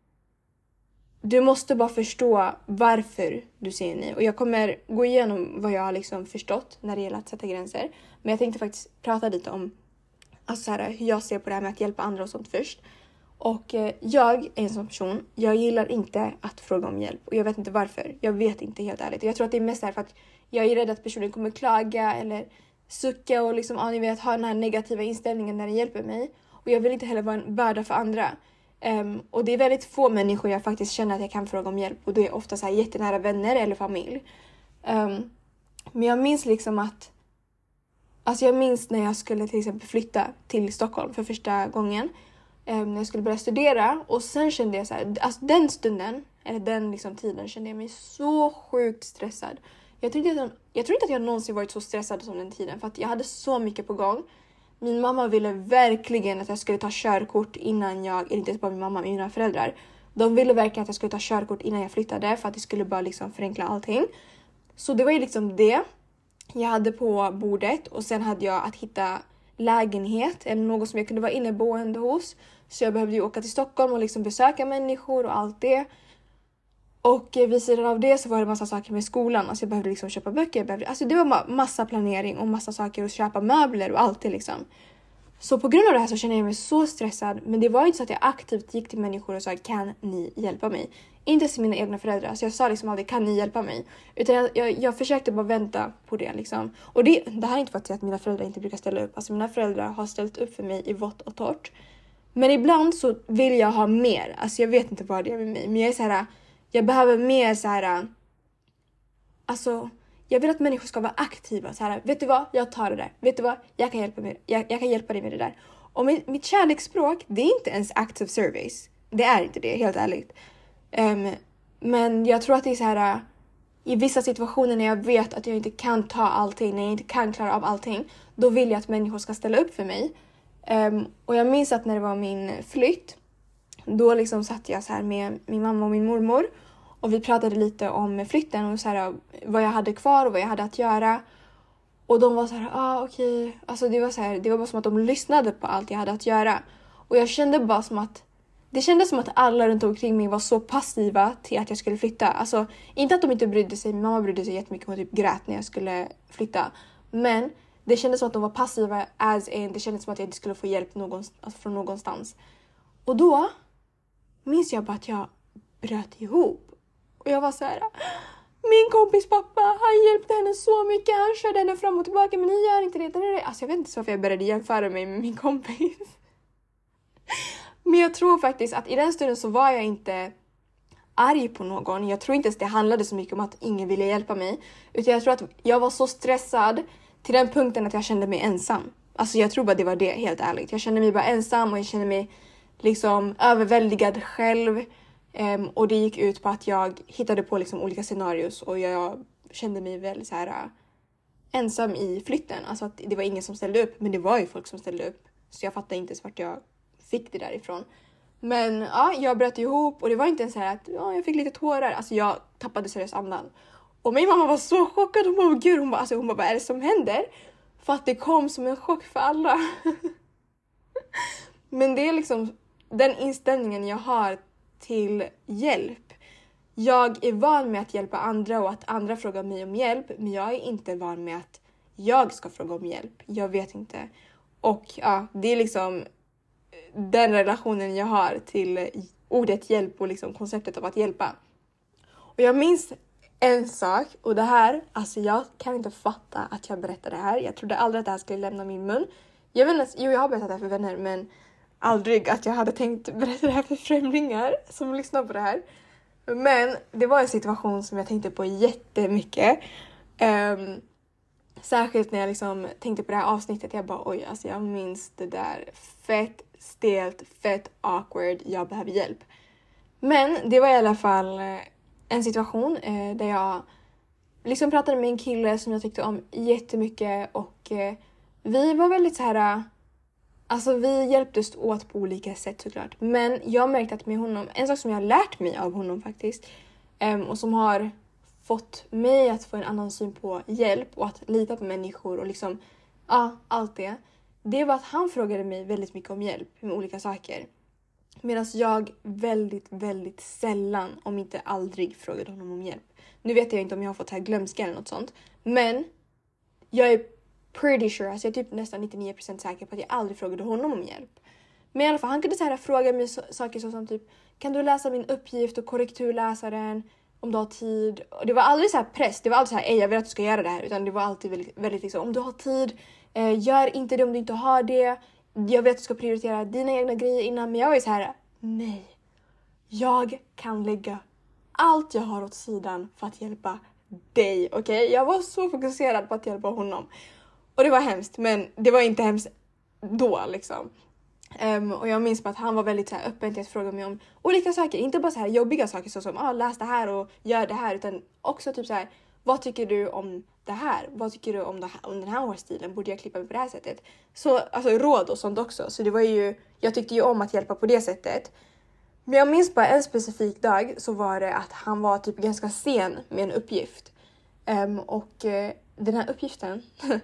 Speaker 1: Du måste bara förstå varför du säger nej. Och jag kommer gå igenom vad jag har liksom förstått när det gäller att sätta gränser. Men jag tänkte faktiskt prata lite om alltså så här, hur jag ser på det här med att hjälpa andra och sånt först. Och eh, jag är en sån person. Jag gillar inte att fråga om hjälp. Och jag vet inte varför. Jag vet inte helt ärligt. Och jag tror att det är mest därför att jag är rädd att personen kommer klaga eller sucka och liksom, ja, ni vet, ha den här negativa inställningen när den hjälper mig. Och jag vill inte heller vara en börda för andra. Um, och det är väldigt få människor jag faktiskt känner att jag kan fråga om hjälp. Och det är ofta så här jättenära vänner eller familj. Um, men jag minns liksom att Alltså jag minns när jag skulle till exempel flytta till Stockholm för första gången. Um, när jag skulle börja studera. Och sen kände jag så här, alltså den stunden, eller den liksom tiden, kände jag mig så sjukt stressad. Jag tror, inte att jag, jag tror inte att jag någonsin varit så stressad som den tiden. För att jag hade så mycket på gång. Min mamma ville verkligen att jag skulle ta körkort innan jag, eller inte bara min mamma, men mina föräldrar. De ville verkligen att jag skulle ta körkort innan jag flyttade. För att det skulle bara liksom förenkla allting. Så det var ju liksom det jag hade på bordet. Och sen hade jag att hitta lägenhet eller något som jag kunde vara inneboende hos. Så jag behövde ju åka till Stockholm och liksom besöka människor och allt det. Och vid sidan av det så var det massa saker med skolan. Alltså jag behövde liksom köpa böcker. Jag behövde, alltså det var massa planering och massa saker att köpa möbler och allt det liksom. Så på grund av det här så kände jag mig så stressad. Men det var inte så att jag aktivt gick till människor och sa, kan ni hjälpa mig? Inte till mina egna föräldrar. Så jag sa liksom aldrig, kan ni hjälpa mig? Utan jag, jag, jag försökte bara vänta på det liksom. Och det, det här är inte för att säga att mina föräldrar inte brukar ställa upp. Alltså mina föräldrar har ställt upp för mig i vått och torrt. Men ibland så vill jag ha mer. Alltså jag vet inte vad det är med mig. Men jag är så här, jag behöver mer så här. Alltså jag vill att människor ska vara aktiva. Så här, vet du vad? Jag tar det där. Vet du vad? Jag kan hjälpa, mig. Jag, jag kan hjälpa dig med det där. Och mitt, mitt kärleksspråk, det är inte ens acts of service. Det är inte det, helt ärligt. Um, men jag tror att det är så här. I vissa situationer när jag vet att jag inte kan ta allting. När jag inte kan klara av allting. Då vill jag att människor ska ställa upp för mig. Um, och jag minns att när det var min flytt. Då liksom satt jag så här med min mamma och min mormor. Och vi pratade lite om flytten och så här, vad jag hade kvar och vad jag hade att göra. Och de var så här, ah okej. Okay. Alltså det var så här, det var bara som att de lyssnade på allt jag hade att göra. Och jag kände bara som att, det kändes som att alla runt omkring mig var så passiva till att jag skulle flytta. Alltså inte att de inte brydde sig, min mamma brydde sig jättemycket och typ grät när jag skulle flytta. Men det kändes som att de var passiva as in, det kändes som att jag inte skulle få hjälp någonstans, alltså från någonstans. Och då minns jag bara att jag bröt ihop. Och jag var så här, min kompis pappa, han hjälpte henne så mycket. Han körde henne fram och tillbaka, men ni gör inte det. Alltså jag vet inte varför jag började jämföra mig med min kompis. Men jag tror faktiskt att i den stunden så var jag inte arg på någon. Jag tror inte ens det handlade så mycket om att ingen ville hjälpa mig. Utan jag tror att jag var så stressad till den punkten att jag kände mig ensam. Alltså jag tror bara det var det, helt ärligt. Jag kände mig bara ensam och jag kände mig liksom överväldigad själv. Um, och det gick ut på att jag hittade på liksom olika scenarios och jag kände mig väl så här uh, ensam i flytten. Alltså att det var ingen som ställde upp, men det var ju folk som ställde upp. Så jag fattade inte vart jag fick det därifrån. Men ja, jag bröt ihop och det var inte ens så här att ja, jag fick lite tårar. Alltså jag tappade seriöst andan. Och min mamma var så chockad. Hon bara, gud, hon bara, alltså, hon bara, vad är det som händer? För att det kom som en chock för alla. Men det är liksom den inställningen jag har till hjälp. Jag är van med att hjälpa andra och att andra frågar mig om hjälp. Men jag är inte van med att jag ska fråga om hjälp. Jag vet inte. Och ja, det är liksom den relationen jag har till ordet hjälp och liksom konceptet av att hjälpa. Och jag minns en sak, och det här, alltså jag kan inte fatta att jag berättar det här. Jag trodde aldrig att det här skulle lämna min mun. Jag vet inte, jo jag har berättat det här för vänner, men aldrig att jag hade tänkt berätta det här för främlingar som lyssnar på det här. Men det var en situation som jag tänkte på jättemycket. Um, särskilt när jag liksom tänkte på det här avsnittet. Jag bara, oj, alltså jag minns det där fett stelt, fett awkward. Jag behöver hjälp. Men det var i alla fall en situation eh, där jag liksom pratade med en kille som jag tyckte om jättemycket. Och eh, vi var väldigt så här... Alltså vi hjälptes åt på olika sätt såklart. Men jag märkte att med honom, en sak som jag har lärt mig av honom faktiskt. Um, och som har fått mig att få en annan syn på hjälp och att lita på människor och liksom, ja, allt det. Det var att han frågade mig väldigt mycket om hjälp med olika saker. Medan jag väldigt, väldigt sällan, om inte aldrig, frågade honom om hjälp. Nu vet jag inte om jag har fått här glömska eller något sånt. Men jag är pretty sure, alltså jag är typ nästan nittionio procent säker på att jag aldrig frågade honom om hjälp. Men i alla fall, han kunde så här fråga mig så, saker så som typ, kan du läsa min uppgift och korrekturläsa den om du har tid? Och det var aldrig så här press, det var alltid så här, ej jag vill att du ska göra det här. Utan det var alltid väldigt, väldigt liksom, om du har tid, eh, gör inte det om du inte har det. Jag vet att du ska prioritera dina egna grejer innan, men jag var ju så här, nej. Jag kan lägga allt jag har åt sidan för att hjälpa dig, okej? Okay? Jag var så fokuserad på att hjälpa honom. Och det var hemskt, men det var inte hemskt då liksom. Um, och jag minns på att han var väldigt så här, öppen till att fråga mig om olika saker. Inte bara så här jobbiga saker så som ah, läs det här och gör det här. Utan också typ så här, vad tycker du om det här? Vad tycker du om, det här, om den här hårstilen? Borde jag klippa mig på det här sättet? Så alltså råd och sånt också. Så det var ju, jag tyckte ju om att hjälpa på det sättet. Men jag minns bara en specifik dag så var det att han var typ ganska sen med en uppgift. Um, och uh, den här uppgiften...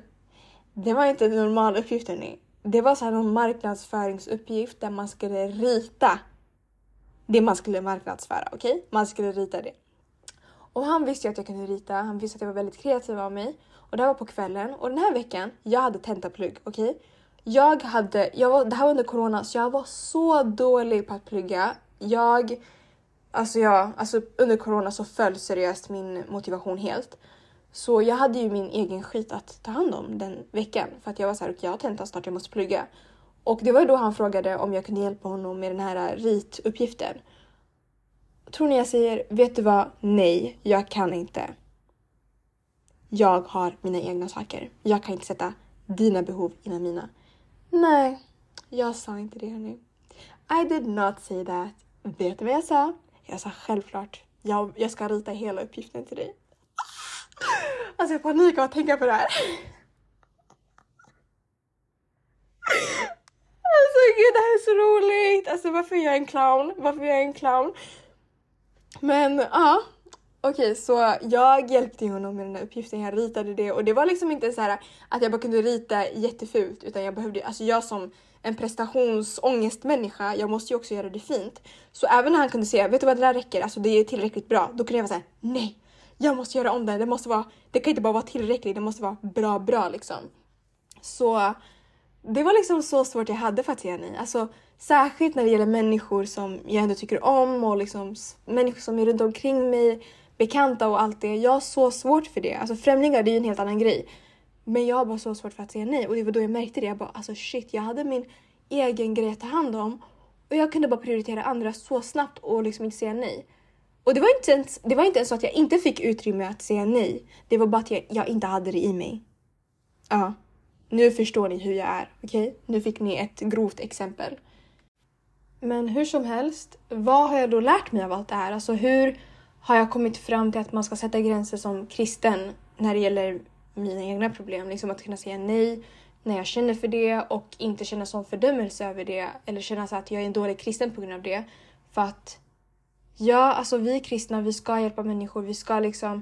Speaker 1: Det var inte en normal uppgift, hörni. Det var så här någon marknadsföringsuppgift där man skulle rita det man skulle marknadsföra, okej? Okay? Man skulle rita det. Och han visste ju att jag kunde rita. Han visste att jag var väldigt kreativ av mig. Och det var på kvällen. Och den här veckan, jag hade tentaplugg, okej? Okay? Jag hade, jag var, det här var under corona, så jag var så dålig på att plugga. Jag, alltså jag, alltså under corona så föll seriöst min motivation helt. Så jag hade ju min egen skit att ta hand om den veckan. För att jag var så här, okej, jag har tentat snart, jag måste plugga. Och det var ju då han frågade om jag kunde hjälpa honom med den här rituppgiften. Tror ni jag säger, vet du vad? Nej, jag kan inte. Jag har mina egna saker. Jag kan inte sätta dina behov innan mina. Nej, jag sa inte det, hörni. I did not say that. Vet du vad jag sa? Jag sa självklart, jag, jag ska rita hela uppgiften till dig. Alltså jag panik av att tänka på det här. Alltså gud, det här är så roligt. Alltså varför är jag en clown? Varför är jag en clown? Men ja, okej, okay, så jag hjälpte honom med den här uppgiften. Jag ritade det och det var liksom inte så här att jag bara kunde rita jättefult. Utan jag behövde, alltså jag som en prestationsångestmänniska, jag måste ju också göra det fint. Så även när han kunde säga, vet du vad, det där räcker, alltså det är tillräckligt bra. Då kunde jag vara så här, nej. Jag måste göra om det. Det måste vara, det kan inte bara vara tillräckligt. Det måste vara bra, bra liksom. Så det var liksom så svårt jag hade för att säga nej. Alltså särskilt när det gäller människor som jag ändå tycker om. Och liksom människor som är runt omkring mig. Bekanta och allt det. Jag har så svårt för det. Alltså främlingar, det är ju en helt annan grej. Men jag har bara så svårt för att säga nej. Och det var då jag märkte det. Jag bara, alltså shit, jag hade min egen grej att ta hand om. Och jag kunde bara prioritera andra så snabbt och liksom inte säga nej. Och det var, inte ens, det var inte ens så att jag inte fick utrymme att säga nej. Det var bara att jag, jag inte hade det i mig. Ja, nu förstår ni hur jag är, okej? Okay? Nu fick ni ett grovt exempel. Men hur som helst, vad har jag då lärt mig av allt det här? Alltså hur har jag kommit fram till att man ska sätta gränser som kristen när det gäller mina egna problem? Liksom att kunna säga nej när jag känner för det och inte känna sån fördömelse över det. Eller känna så att jag är en dålig kristen på grund av det. För att ja, alltså vi kristna, vi ska hjälpa människor. Vi ska liksom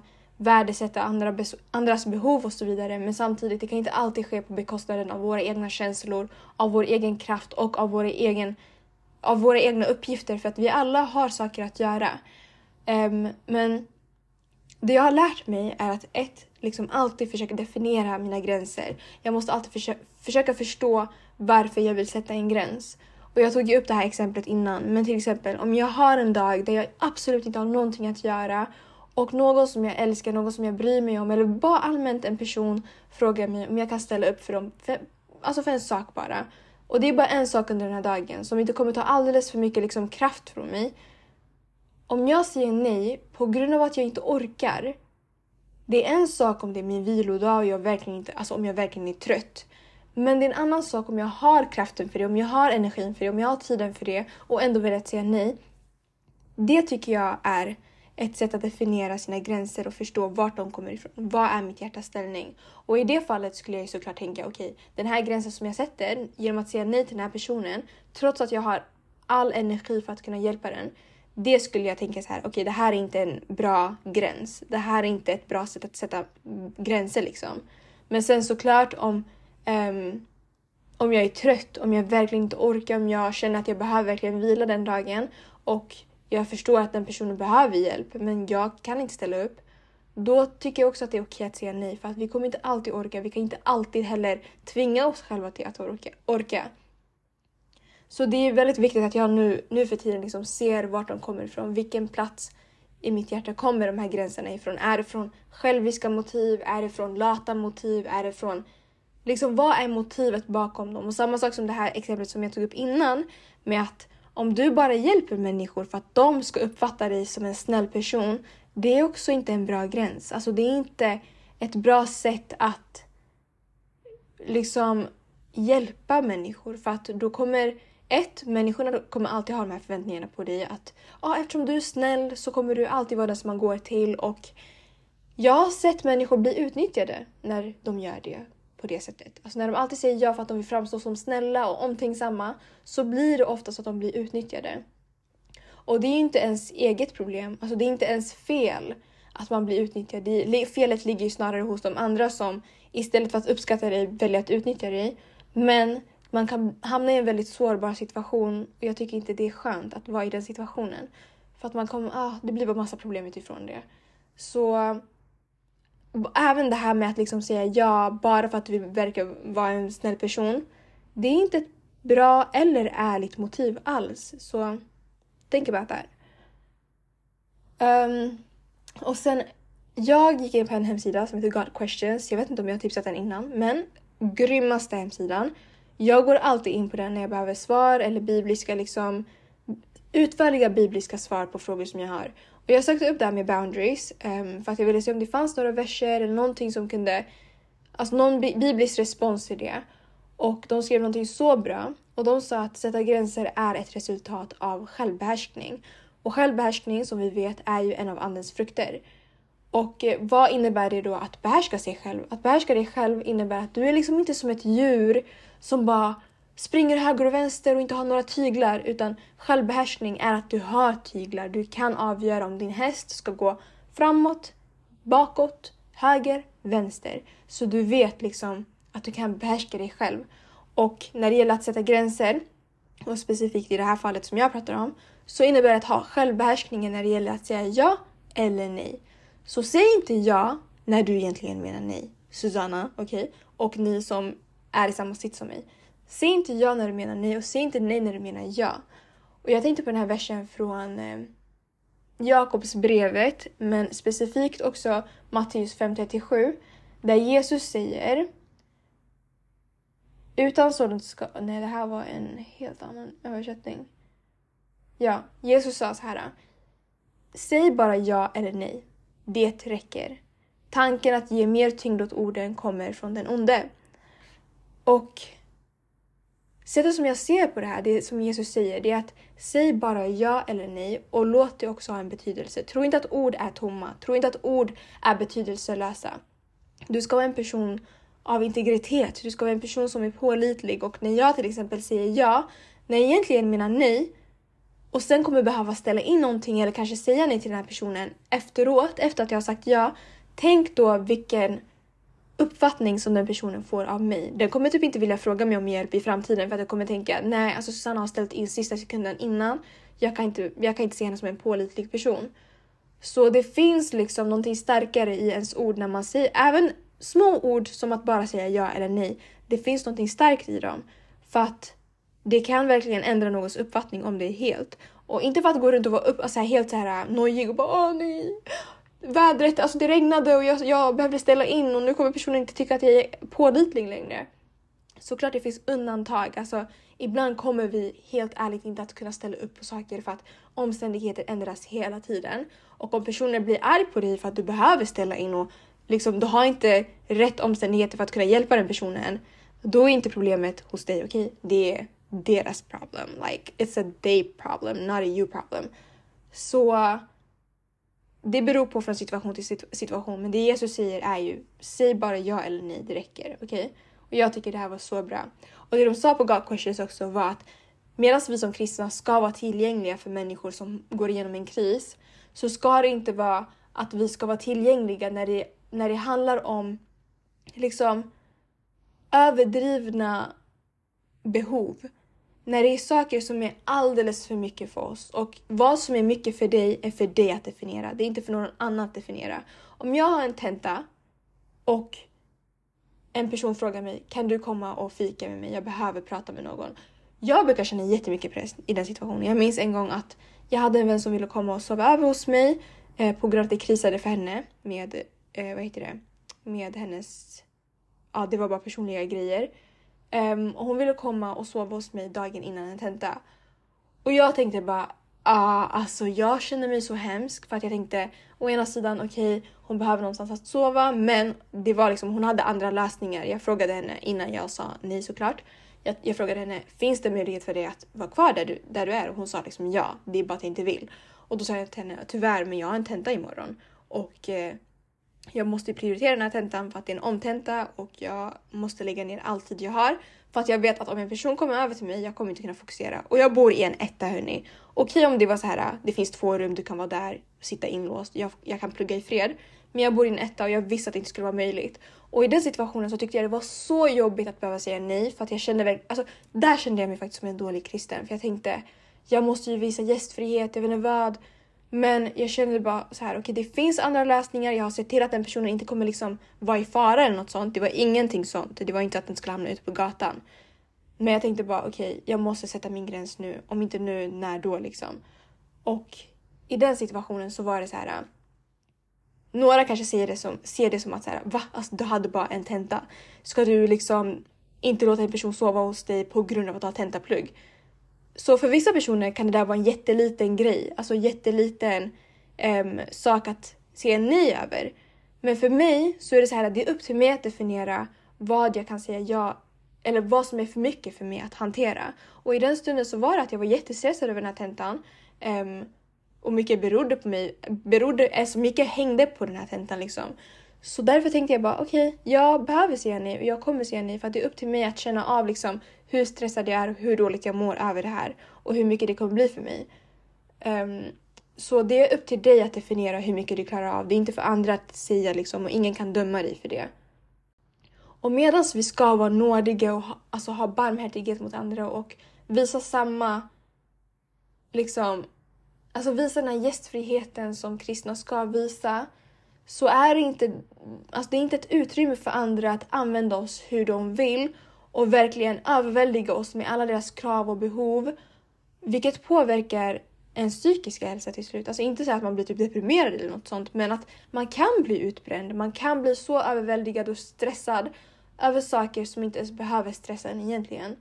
Speaker 1: värdesätta andra bes- andras behov och så vidare. Men samtidigt, det kan inte alltid ske på bekostnaden av våra egna känslor, av vår egen kraft och av våra, egen, av våra egna uppgifter. För att vi alla har saker att göra. Um, men det jag har lärt mig är att ett, liksom alltid försöka definiera mina gränser. Jag måste alltid försöka, försöka förstå varför jag vill sätta en gräns. Och jag tog ju upp det här exemplet innan. Men till exempel, om jag har en dag där jag absolut inte har någonting att göra och någon som jag älskar, någon som jag bryr mig om, eller bara allmänt en person frågar mig om jag kan ställa upp för dem, för, alltså för en sak bara. Och det är bara en sak under den här dagen som inte kommer ta alldeles för mycket liksom kraft från mig. Om jag säger nej på grund av att jag inte orkar, det är en sak om det är min vilodag och jag verkligen inte, alltså om jag verkligen är trött. Men det är en annan sak om jag har kraften för det, om jag har energin för det, om jag har tiden för det och ändå vill säga nej. Det tycker jag är ett sätt att definiera sina gränser och förstå vart de kommer ifrån. Vad är mitt hjärtas ställning? Och i det fallet skulle jag såklart tänka, okej, okay, den här gränsen som jag sätter genom att säga nej till den här personen, trots att jag har all energi för att kunna hjälpa den, det skulle jag tänka så här, okej, okay, det här är inte en bra gräns. Det här är inte ett bra sätt att sätta gränser liksom. Men sen såklart om, um, om jag är trött, om jag verkligen inte orkar, om jag känner att jag behöver verkligen vila den dagen och jag förstår att den personen behöver hjälp men jag kan inte ställa upp, då tycker jag också att det är okej att säga nej. För att vi kommer inte alltid orka, vi kan inte alltid heller tvinga oss själva till att orka. orka. Så det är väldigt viktigt att jag nu, nu för tiden liksom ser vart de kommer ifrån. Vilken plats i mitt hjärta kommer de här gränserna ifrån? Är det från själviska motiv? Är det från lata motiv? Är det från... Liksom, vad är motivet bakom dem? Och samma sak som det här exemplet som jag tog upp innan. Med att om du bara hjälper människor för att de ska uppfatta dig som en snäll person. Det är också inte en bra gräns. Alltså det är inte ett bra sätt att liksom hjälpa människor. För att då kommer... Ett, människorna kommer alltid ha de här förväntningarna på dig. Att ah, eftersom du är snäll så kommer du alltid vara den som man går till. Och jag har sett människor bli utnyttjade när de gör det på det sättet. Alltså när de alltid säger ja för att de vill framstå som snälla och omtänksamma, så blir det ofta så att de blir utnyttjade. Och det är ju inte ens eget problem. Alltså det är inte ens fel att man blir utnyttjad. Det, felet ligger ju snarare hos de andra som istället för att uppskatta dig väljer att utnyttja dig. Men man kan hamna i en väldigt sårbar situation och jag tycker inte det är skönt att vara i den situationen. För att man kommer, ah, det blir bara massa problem utifrån det. Så även det här med att liksom säga ja bara för att vi verkar vara en snäll person. Det är inte ett bra eller ärligt motiv alls. Så tänk about that. Um, och sen, jag gick in på en hemsida som heter God Questions. Jag vet inte om jag har tipsat den innan, men grymmaste hemsidan. Jag går alltid in på den när jag behöver svar eller bibliska liksom utförliga bibliska svar på frågor som jag har. Och jag sökte upp det här med boundaries um, för att jag ville se om det fanns några verser eller någonting som kunde, alltså någon bi- biblisk respons till det. Och de skrev någonting så bra. Och de sa att sätta gränser är ett resultat av självbehärskning. Och självbehärskning, som vi vet, är ju en av andens frukter. Och eh, vad innebär det då att behärska sig själv? Att behärska dig själv innebär att du är liksom inte som ett djur som bara springer höger och vänster och inte har några tyglar. Utan självbehärskning är att du har tyglar. Du kan avgöra om din häst ska gå framåt, bakåt, höger, vänster. Så du vet liksom att du kan behärska dig själv. Och när det gäller att sätta gränser, och specifikt i det här fallet som jag pratar om, så innebär det att ha självbehärskningen när det gäller att säga ja eller nej. Så säg inte ja när du egentligen menar nej. Susanna, okej? Okay? Och ni som är i samma sitt som mig. Säg inte ja när du menar nej och säg inte nej när du menar ja. Och jag tänkte på den här versen från eh, Jakobs brevet, men specifikt också Matteus fem trettiosju, där Jesus säger: utan sådant ska... Nej, det här var en helt annan översättning. Ja, Jesus sa så här: säg bara ja eller nej. Det räcker. Tanken att ge mer tyngd åt orden kommer från den onde. Och sättet som jag ser på det här, det som Jesus säger, det är att säg bara ja eller nej och låt det också ha en betydelse. Tro inte att ord är tomma. Tro inte att ord är betydelselösa. Du ska vara en person av integritet. Du ska vara en person som är pålitlig. Och när jag till exempel säger ja, när jag egentligen menar nej, och sen kommer behöva ställa in någonting eller kanske säga nej till den här personen efteråt, efter att jag har sagt ja, tänk då vilken uppfattning som den personen får av mig. Den kommer typ inte vilja fråga mig om hjälp i framtiden för att jag kommer tänka, nej, alltså Susanna har ställt in sista sekunden innan. Jag kan inte, jag kan inte se henne som en pålitlig person. Så det finns liksom någonting starkare i ens ord när man säger, även små ord som att bara säga ja eller nej. Det finns någonting starkt i dem. För att det kan verkligen ändra någons uppfattning om det är helt. Och inte för att gå runt och vara upp, alltså helt så här nojig och bara, åh nej. Vädret, alltså det regnade och jag, jag behövde ställa in och nu kommer personen inte tycka att jag är pålitlig längre. Såklart det finns undantag. Alltså ibland kommer vi helt ärligt inte att kunna ställa upp på saker för att omständigheter ändras hela tiden. Och om personen blir arg på dig för att du behöver ställa in och liksom, du har inte rätt omständigheter för att kunna hjälpa den personen, då är inte problemet hos dig, okej? Okay? Det är deras problem. Like, it's a they problem, not a you problem. Så det beror på från situation till situation. Men det Jesus säger är ju, säg bara ja eller nej, det räcker, okej? Okay? Och jag tycker det här var så bra. Och det de sa på God Questions också var att medan vi som kristna ska vara tillgängliga för människor som går igenom en kris, så ska det inte vara att vi ska vara tillgängliga när det, när det handlar om liksom överdrivna behov. När det är saker som är alldeles för mycket för oss. Och vad som är mycket för dig är för dig att definiera. Det är inte för någon annan att definiera. Om jag har en tenta och en person frågar mig, kan du komma och fika med mig? Jag behöver prata med någon. Jag brukar känna jättemycket press i den situationen. Jag minns en gång att jag hade en vän som ville komma och sova över hos mig. Eh, på grund av att det krisade för henne med, eh, vad heter det? Med hennes, ja det var bara personliga grejer. Um, och hon ville komma och sova hos mig dagen innan en tenta. Och jag tänkte bara, ah, alltså jag känner mig så hemsk. För att jag tänkte, å ena sidan, okej, okay, hon behöver någonstans att sova. Men det var liksom, hon hade andra lösningar. Jag frågade henne innan jag sa nej såklart. Jag, jag frågade henne, finns det möjlighet för dig att vara kvar där du, där du är? Och hon sa liksom ja, det är bara att jag inte vill. Och då sa jag till henne, tyvärr men jag har en tenta imorgon. Och eh, jag måste prioritera den här tentan för att det är en omtenta. Och jag måste lägga ner all tid jag har. För att jag vet att om en person kommer över till mig, jag kommer inte kunna fokusera. Och jag bor i en etta, hörni. Okej om det var så här, det finns två rum, du kan vara där, sitta inlåst. Jag, jag kan plugga i fred. Men jag bor i en etta och jag visste att det inte skulle vara möjligt. Och i den situationen så tyckte jag det var så jobbigt att behöva säga nej. För att jag kände väl, alltså där kände jag mig faktiskt som en dålig kristen. För jag tänkte, jag måste ju visa gästfrihet, jag vet inte vad. Men jag kände bara så här, okej okay, det finns andra lösningar. Jag har sett till att den personen inte kommer liksom vara i fara eller något sånt. Det var ingenting sånt. Det var inte att den skulle hamna ute på gatan. Men jag tänkte bara, okej, okay, jag måste sätta min gräns nu. Om inte nu, när då liksom. Och i den situationen så var det så här. Några kanske ser det som, ser det som att så här, va? Alltså, du hade bara en tenta. Ska du liksom inte låta en person sova hos dig på grund av att ha tentaplugg? Så för vissa personer kan det där vara en jätteliten grej. Alltså jätteliten um, sak att säga nej över. Men för mig så är det så här att det är upp till mig att definiera vad jag kan säga ja. Eller vad som är för mycket för mig att hantera. Och i den stunden så var det att jag var jättestressad över den här tentan. Um, och mycket berodde på mig. Berodde, alltså mycket hängde på den här tentan liksom. Så därför tänkte jag bara, okej, okay, jag behöver säga nej. Och jag kommer säga nej för att det är upp till mig att känna av liksom hur stressad jag är och hur dåligt jag mår över det här. Och hur mycket det kommer bli för mig. Um, så det är upp till dig att definiera hur mycket du klarar av. Det är inte för andra att säga liksom och ingen kan döma dig för det. Och medan vi ska vara nådiga och ha, alltså ha barmhärtighet mot andra och visa samma, liksom, alltså visa den här gästfriheten som kristna ska visa, så är det inte, alltså det är inte ett utrymme för andra att använda oss hur de vill och verkligen överväldiga oss med alla deras krav och behov, vilket påverkar en psykisk hälsa till slut. Alltså inte så att man blir typ deprimerad eller något sånt, men att man kan bli utbränd, man kan bli så överväldigad och stressad över saker som inte ens behöver stressa en egentligen.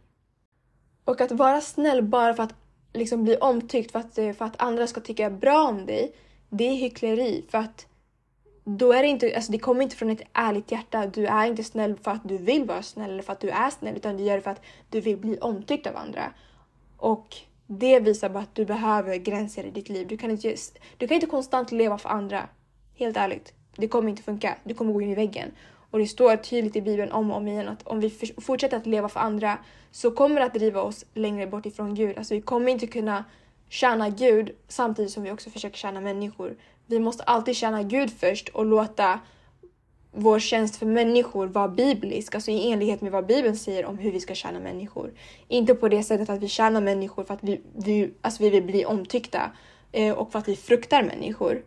Speaker 1: Och att vara snäll bara för att liksom bli omtyckt, för att, för att andra ska tycka bra om dig, det är hyckleri. För att då är det inte, alltså det kommer inte från ett ärligt hjärta. Du är inte snäll för att du vill vara snäll eller för att du är snäll, utan du gör det för att du vill bli omtyckt av andra. Och det visar bara att du behöver gränser i ditt liv. Du kan inte, du kan inte konstant leva för andra. Helt ärligt. Det kommer inte funka. Du kommer gå in i väggen. Och det står tydligt i Bibeln om och om igen att om vi fortsätter att leva för andra så kommer det att driva oss längre bort ifrån Gud. Alltså vi kommer inte kunna tjäna Gud samtidigt som vi också försöker tjäna människor. Vi måste alltid tjäna Gud först och låta vår tjänst för människor var biblisk. Alltså i enlighet med vad Bibeln säger om hur vi ska tjäna människor. Inte på det sättet att vi tjänar människor för att vi, vi, alltså vi vill bli omtyckta. Eh, och för att vi fruktar människor.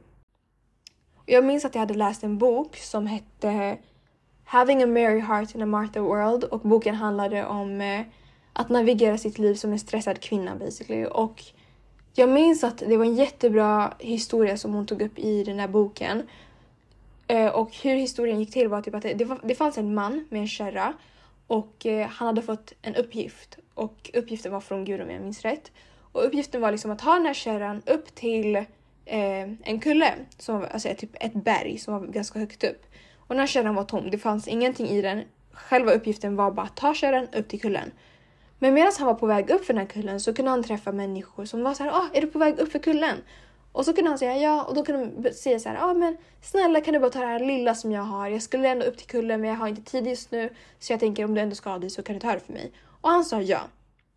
Speaker 1: Jag minns att jag hade läst en bok som hette Having a Merry Heart in a Martha World. Och boken handlade om eh, att navigera sitt liv som en stressad kvinna basically. Och jag minns att det var en jättebra historia som hon tog upp i den här boken. Eh, och hur historien gick till var typ att det, det, var, det fanns en man med en kärra. Och eh, han hade fått en uppgift. Och uppgiften var från Gud om jag minns rätt. Och uppgiften var liksom att ta den här kärran upp till eh, en kulle. Som, alltså typ ett berg som var ganska högt upp. Och den här kärran var tom. Det fanns ingenting i den. Själva uppgiften var bara att ta kärran upp till kullen. Men medan han var på väg upp för den här kullen så kunde han träffa människor som var så här, ah, är du på väg upp för kullen? Och så kunde han säga ja, och då kunde de säga så här, ja ah, men snälla kan du bara ta det här lilla som jag har. Jag skulle ändå upp till kullen men jag har inte tid just nu. Så jag tänker om du ändå ska ha det så kan du ta det för mig. Och han sa ja.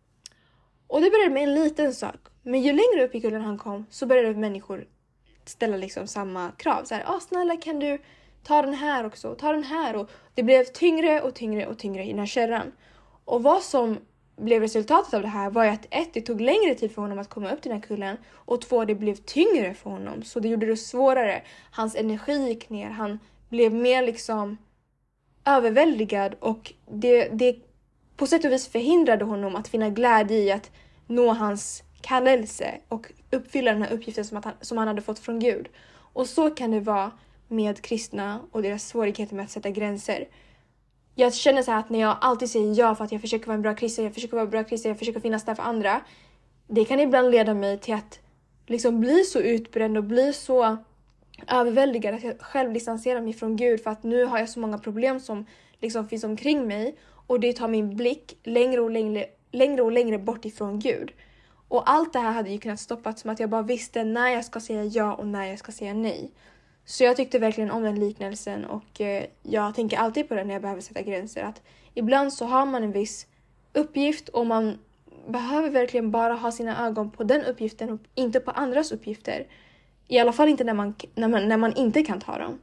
Speaker 1: Och det började med en liten sak. Men ju längre upp i kullen han kom så började människor ställa liksom samma krav. Så här, ah, snälla kan du ta den här också, ta den här. Och det blev tyngre och tyngre och tyngre i den här kärran. Och vad som blev resultatet av det här var att ett, det tog längre tid för honom att komma upp till den här kullen. Och två, det blev tyngre för honom. Så det gjorde det svårare. Hans energi gick ner. Han blev mer liksom överväldigad. Och det, det på sätt och vis förhindrade honom att finna glädje i att nå hans kallelse. Och uppfylla den här uppgiften som, att han, som han hade fått från Gud. Och så kan det vara med kristna och deras svårigheter med att sätta gränser. Jag känner så här att när jag alltid säger ja för att jag försöker vara en bra kristen, jag försöker vara en bra kristen, jag försöker finnas där för andra. Det kan ibland leda mig till att liksom bli så utbränd och bli så överväldigad att jag själv distanserar mig från Gud. För att nu har jag så många problem som liksom finns omkring mig. Och det tar min blick längre och längre, längre och längre bort ifrån Gud. Och allt det här hade ju kunnat stoppas som att jag bara visste när jag ska säga ja och när jag ska säga nej. Så jag tyckte verkligen om den liknelsen och eh, jag tänker alltid på det när jag behöver sätta gränser. Att ibland så har man en viss uppgift och man behöver verkligen bara ha sina ögon på den uppgiften och inte på andras uppgifter. I alla fall inte när man, när man, när man inte kan ta dem.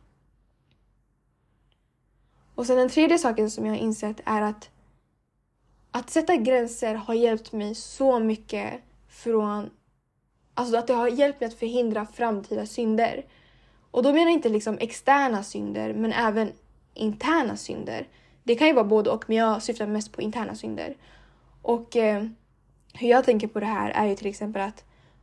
Speaker 1: Och sen den tredje saken som jag har insett är att att sätta gränser har hjälpt mig så mycket från, alltså att det har hjälpt mig att förhindra framtida synder. Och då menar jag inte liksom externa synder, men även interna synder. Det kan ju vara både och, men jag syftar mest på interna synder. Och eh, hur jag tänker på det här är ju till exempel att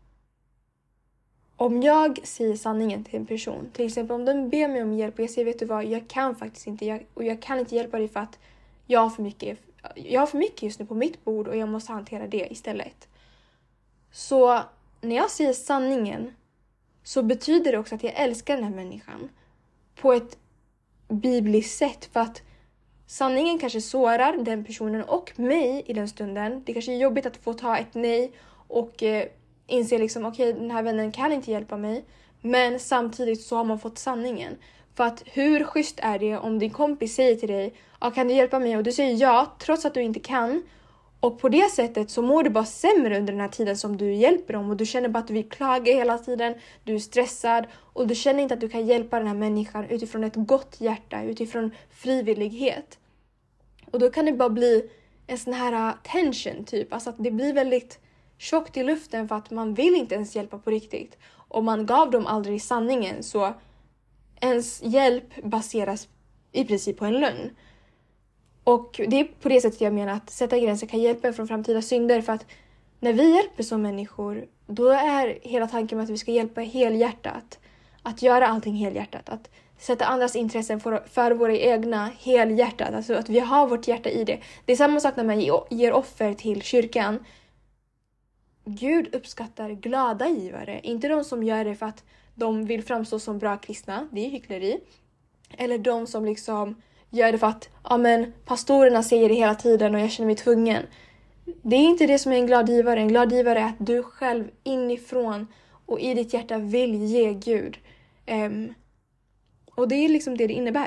Speaker 1: om jag säger sanningen till en person, till exempel om den ber mig om hjälp och jag säger vet du vad, jag kan faktiskt inte, jag, och jag kan inte hjälpa dig för att jag har för mycket, jag har för mycket just nu på mitt bord och jag måste hantera det istället. Så när jag säger sanningen så betyder det också att jag älskar den här människan på ett bibliskt sätt. För att sanningen kanske sårar den personen och mig i den stunden. Det kanske är jobbigt att få ta ett nej och eh, inse liksom okej, okay, den här vännen kan inte hjälpa mig. Men samtidigt så har man fått sanningen. För att hur schysst är det om din kompis säger till dig, ja, kan du hjälpa mig? Och du säger ja, trots att du inte kan. Och på det sättet så mår du bara sämre under den här tiden som du hjälper dem. Och du känner bara att du vill klaga hela tiden. Du är stressad. Och du känner inte att du kan hjälpa den här människan utifrån ett gott hjärta. Utifrån frivillighet. Och då kan det bara bli en sån här tension typ. Alltså att det blir väldigt tjockt i luften för att man vill inte ens hjälpa på riktigt. Och man gav dem aldrig sanningen så ens hjälp baseras i princip på en lögn. Och det är på det sättet jag menar att sätta gränser kan hjälpa en från framtida synder. För att när vi hjälper som människor, då är hela tanken med att vi ska hjälpa helhjärtat. Att göra allting helhjärtat. Att sätta andras intressen för, för våra egna helhjärtat. Alltså att vi har vårt hjärta i det. Det är samma sak när man ger offer till kyrkan. Gud uppskattar glada givare. Inte de som gör det för att de vill framstå som bra kristna. Det är hyckleri. Eller de som liksom gör det för att ja, men, pastorerna säger det hela tiden och jag känner mig tvungen. Det är inte det som är en glad givare. En glad givare är att du själv inifrån och i ditt hjärta vill ge Gud. Um, och det är liksom det det innebär.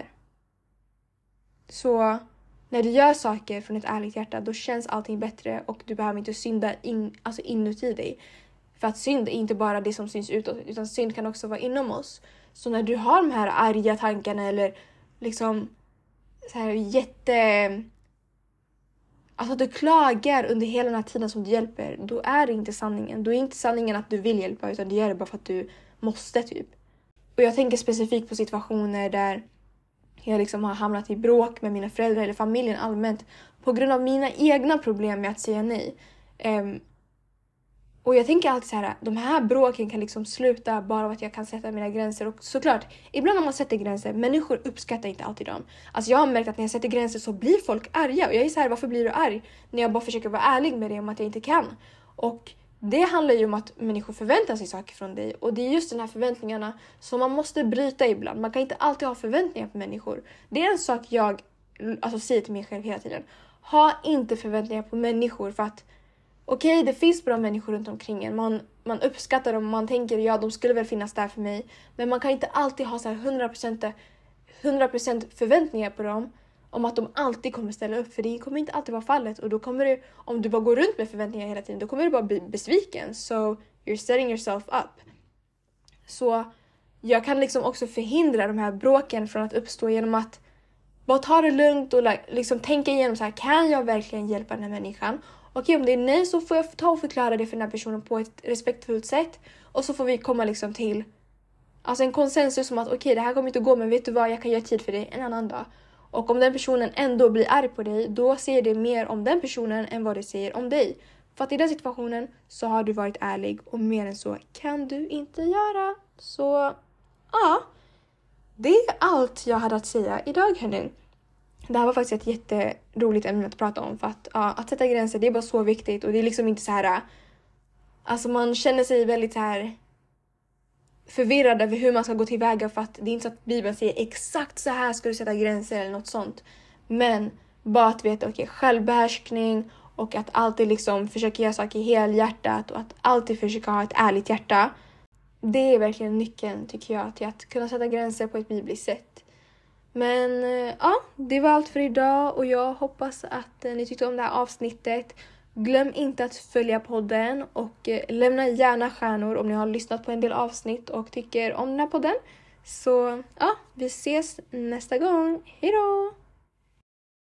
Speaker 1: Så när du gör saker från ett ärligt hjärta, då känns allting bättre och du behöver inte synda in, alltså inuti dig. För att synd är inte bara det som syns utåt, utan synd kan också vara inom oss. Så när du har de här arga tankarna eller liksom så här jätte... Alltså att du klagar under hela den här tiden som du hjälper, då är det inte sanningen. Då är inte sanningen att du vill hjälpa, utan du gör det bara för att du måste typ. Och jag tänker specifikt på situationer där jag liksom har hamnat i bråk med mina föräldrar eller familjen allmänt på grund av mina egna problem med att säga nej. Um, och jag tänker alltid så här, de här bråken kan liksom sluta bara av att jag kan sätta mina gränser. Och såklart, ibland när man sätter gränser, människor uppskattar inte alltid dem. Alltså jag har märkt att när jag sätter gränser så blir folk arga. Och jag är så här, varför blir du arg? När jag bara försöker vara ärlig med det om att jag inte kan. Och det handlar ju om att människor förväntar sig saker från dig. Och det är just de här förväntningarna som man måste bryta ibland. Man kan inte alltid ha förväntningar på människor. Det är en sak jag alltså, säger till mig själv hela tiden. Ha inte förväntningar på människor, för att okej, okay, det finns bra människor runt omkring en. Man, man uppskattar dem och man tänker, ja, de skulle väl finnas där för mig. Men man kan inte alltid ha så här hundra procent, hundra procent förväntningar på dem. Om att de alltid kommer ställa upp. För det kommer inte alltid vara fallet. Och då kommer du, om du bara går runt med förväntningar hela tiden, då kommer du bara bli besviken. So you're setting yourself up. Så jag kan liksom också förhindra de här bråken från att uppstå genom att bara ta det lugnt och liksom tänka igenom så här, kan jag verkligen hjälpa den här människan? Okej, om det är nej så får jag ta och förklara det för den här personen på ett respektfullt sätt. Och så får vi komma liksom till alltså en konsensus om att okej, okay, det här kommer inte att gå, men vet du vad, jag kan göra tid för dig en annan dag. Och om den personen ändå blir arg på dig, då säger det mer om den personen än vad det säger om dig. För att i den situationen så har du varit ärlig, och mer än så kan du inte göra. Så ja, det är allt jag hade att säga idag, hörni. Det här var faktiskt ett jätteroligt ämne att prata om, för att ja, att sätta gränser, det är bara så viktigt. Och det är liksom inte så här, alltså man känner sig väldigt så här förvirrad över hur man ska gå tillväga, för att det är inte så att Bibeln säger exakt så här ska du sätta gränser eller något sånt. Men bara att veta, okej, okay, självbehärskning och att alltid liksom försöka göra saker helhjärtat och att alltid försöka ha ett ärligt hjärta. Det är verkligen nyckeln, tycker jag, till att kunna sätta gränser på ett bibliskt sätt. Men ja, det var allt för idag, och jag hoppas att ni tyckte om det här avsnittet. Glöm inte att följa podden och lämna gärna stjärnor om ni har lyssnat på en del avsnitt och tycker om den här podden. Så ja, vi ses nästa gång. Hej då!